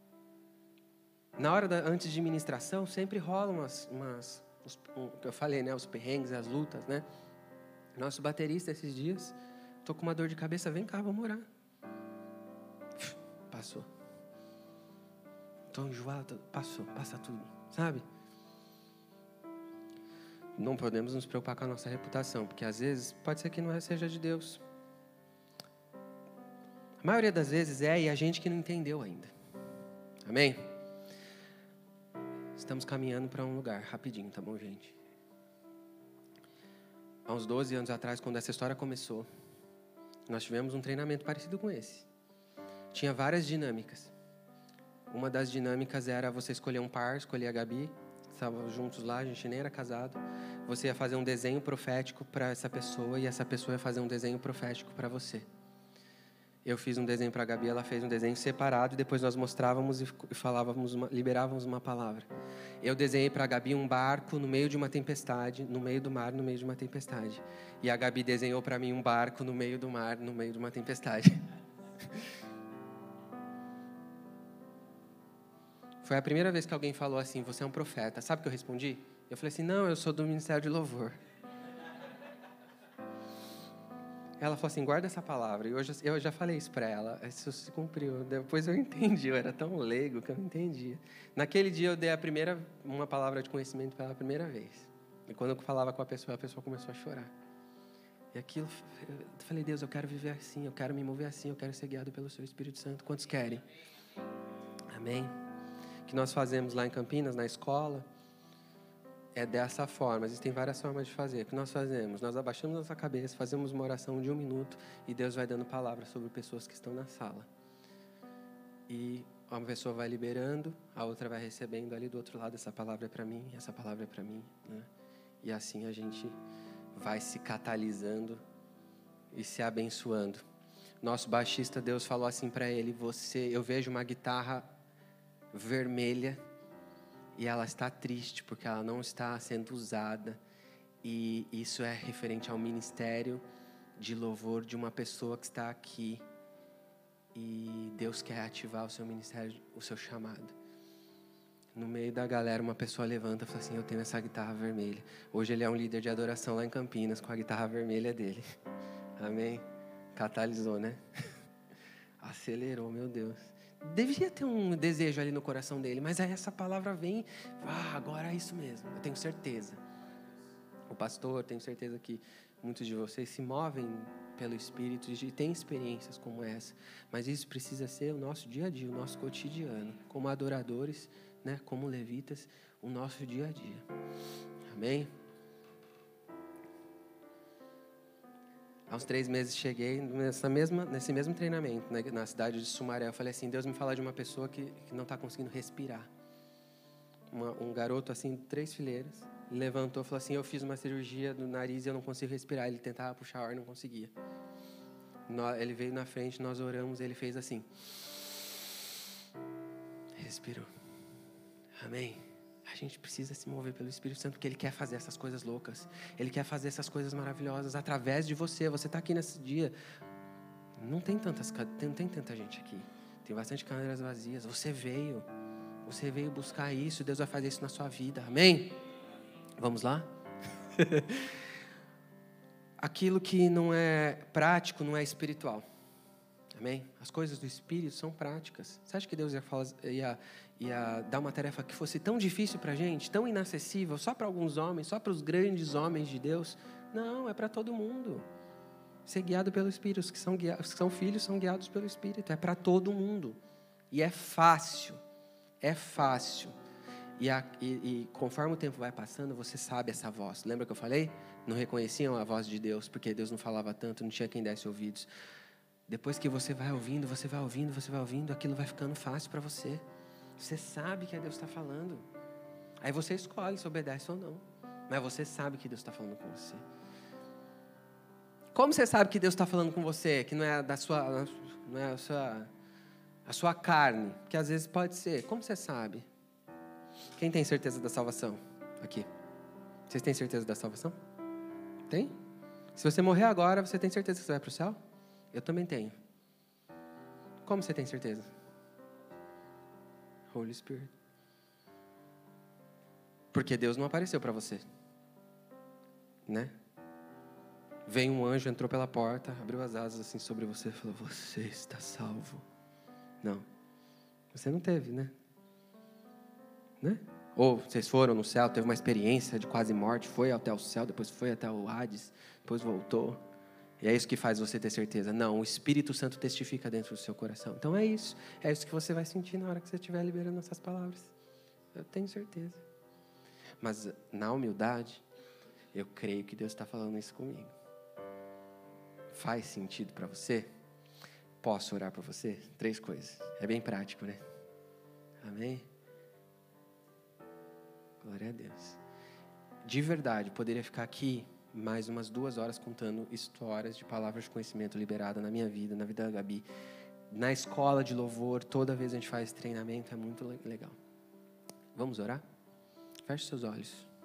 [SPEAKER 1] Na hora da, antes de ministração, sempre rolam umas, umas os, um, eu falei, né, os perrengues, as lutas, né? Nosso baterista esses dias, tô com uma dor de cabeça, vem cá, vamos orar. Passou. Tô enjoado, passou, passa tudo, sabe? Não podemos nos preocupar com a nossa reputação, porque às vezes pode ser que não seja de Deus. A maioria das vezes é, e a gente que não entendeu ainda. Amém? Estamos caminhando para um lugar, rapidinho, tá bom, gente? Há uns doze anos atrás, quando essa história começou, nós tivemos um treinamento parecido com esse. Tinha várias dinâmicas. Uma das dinâmicas era você escolher um par, escolher a Gabi, estavam juntos lá, a gente nem era casado. Você ia fazer um desenho profético para essa pessoa e essa pessoa ia fazer um desenho profético para você. Eu fiz um desenho para a Gabi, ela fez um desenho separado e depois nós mostrávamos e falávamos, uma, liberávamos uma palavra. Eu desenhei para a Gabi um barco no meio de uma tempestade, no meio do mar, no meio de uma tempestade. E a Gabi desenhou para mim um barco no meio do mar, no meio de uma tempestade. Foi a primeira vez que alguém falou assim, você é um profeta. Sabe o que eu respondi? Eu falei assim, não, eu sou do Ministério de Louvor. Ela falou assim, guarda essa palavra. E eu já, eu já falei isso para ela. Isso se cumpriu. Depois eu entendi. Eu era tão leigo que eu não entendia. Naquele dia eu dei a primeira, uma palavra de conhecimento para ela a primeira vez. E quando eu falava com a pessoa, a pessoa começou a chorar. E aquilo, eu falei, Deus, eu quero viver assim, eu quero me mover assim, eu quero ser guiado pelo Seu Espírito Santo. Quantos querem? Amém? O que nós fazemos lá em Campinas, na escola, é dessa forma. Existem várias formas de fazer. O que nós fazemos? Nós abaixamos nossa cabeça, fazemos uma oração de um minuto e Deus vai dando palavras sobre pessoas que estão na sala. E uma pessoa vai liberando, a outra vai recebendo ali do outro lado, essa palavra é para mim, essa palavra é para mim, né? E assim a gente vai se catalisando e se abençoando. Nosso baixista, Deus falou assim para ele, você, eu vejo uma guitarra vermelha e ela está triste porque ela não está sendo usada. E isso é referente ao ministério de louvor de uma pessoa que está aqui. E Deus quer ativar o seu ministério, o seu chamado. No meio da galera, uma pessoa levanta e fala assim, eu tenho essa guitarra vermelha. Hoje ele é um líder de adoração lá em Campinas, com a guitarra vermelha dele. Amém? Catalisou, né? Acelerou, meu Deus. Devia ter um desejo ali no coração dele, mas aí essa palavra vem, ah, agora é isso mesmo, eu tenho certeza. O pastor, tenho certeza que muitos de vocês se movem pelo Espírito e têm experiências como essa, mas isso precisa ser o nosso dia a dia, o nosso cotidiano, como adoradores, né, como levitas, o nosso dia a dia. Amém? Há uns três meses cheguei nessa mesma, nesse mesmo treinamento, né, na cidade de Sumaré. Eu falei assim, Deus me fala de uma pessoa que, que não está conseguindo respirar. Uma, um garoto assim, três fileiras, levantou e falou assim, eu fiz uma cirurgia do nariz e eu não consigo respirar. Ele tentava puxar ar e não conseguia. Ele veio na frente, nós oramos, ele fez assim. Respirou. Amém? A gente precisa se mover pelo Espírito Santo, porque Ele quer fazer essas coisas loucas. Ele quer fazer essas coisas maravilhosas através de você. Você está aqui nesse dia. Não tem, tantas, não tem tanta gente aqui. Tem bastante cadeiras vazias. Você veio. Você veio buscar isso. Deus vai fazer isso na sua vida. Amém? Vamos lá? Aquilo que não é prático não é espiritual. Amém? As coisas do Espírito são práticas. Você acha que Deus ia, falar, ia, ia dar uma tarefa que fosse tão difícil para a gente, tão inacessível, só para alguns homens, só para os grandes homens de Deus? Não, é para todo mundo. Ser guiado pelo Espírito. Os que são, guiados, os que são filhos são guiados pelo Espírito. É para todo mundo. E é fácil. É fácil. E, a, e, e conforme o tempo vai passando, você sabe essa voz. Lembra que eu falei? Não reconheciam a voz de Deus, porque Deus não falava tanto, não tinha quem desse ouvidos. Depois que você vai ouvindo, você vai ouvindo, você vai ouvindo, aquilo vai ficando fácil para você. Você sabe que é Deus está falando. Aí você escolhe se obedece ou não. Mas você sabe que Deus está falando com você. Como você sabe que Deus está falando com você? Que não é da sua, não é a sua, a sua carne. Que às vezes pode ser. Como você sabe? Quem tem certeza da salvação? Aqui. Vocês têm certeza da salvação? Tem? Se você morrer agora, você tem certeza que você vai para o céu? Eu também tenho. Como você tem certeza? Holy Spirit. Porque Deus não apareceu para você. Né? Veio um anjo, entrou pela porta, abriu as asas assim sobre você e falou, você está salvo. Não. Você não teve, né? Né? Ou vocês foram no céu, teve uma experiência de quase morte, foi até o céu, depois foi até o Hades, depois voltou. E é isso que faz você ter certeza. Não, o Espírito Santo testifica dentro do seu coração. Então é isso. É isso que você vai sentir na hora que você estiver liberando essas palavras. Eu tenho certeza. Mas na humildade, eu creio que Deus está falando isso comigo. Faz sentido para você? Posso orar por você? Três coisas. É bem prático, né? Amém? Glória a Deus. De verdade, poderia ficar aqui mais umas duas horas contando histórias de palavras de conhecimento liberada na minha vida, na vida da Gabi. Na escola de louvor, toda vez a gente faz esse treinamento, é muito legal. Vamos orar? Feche seus olhos.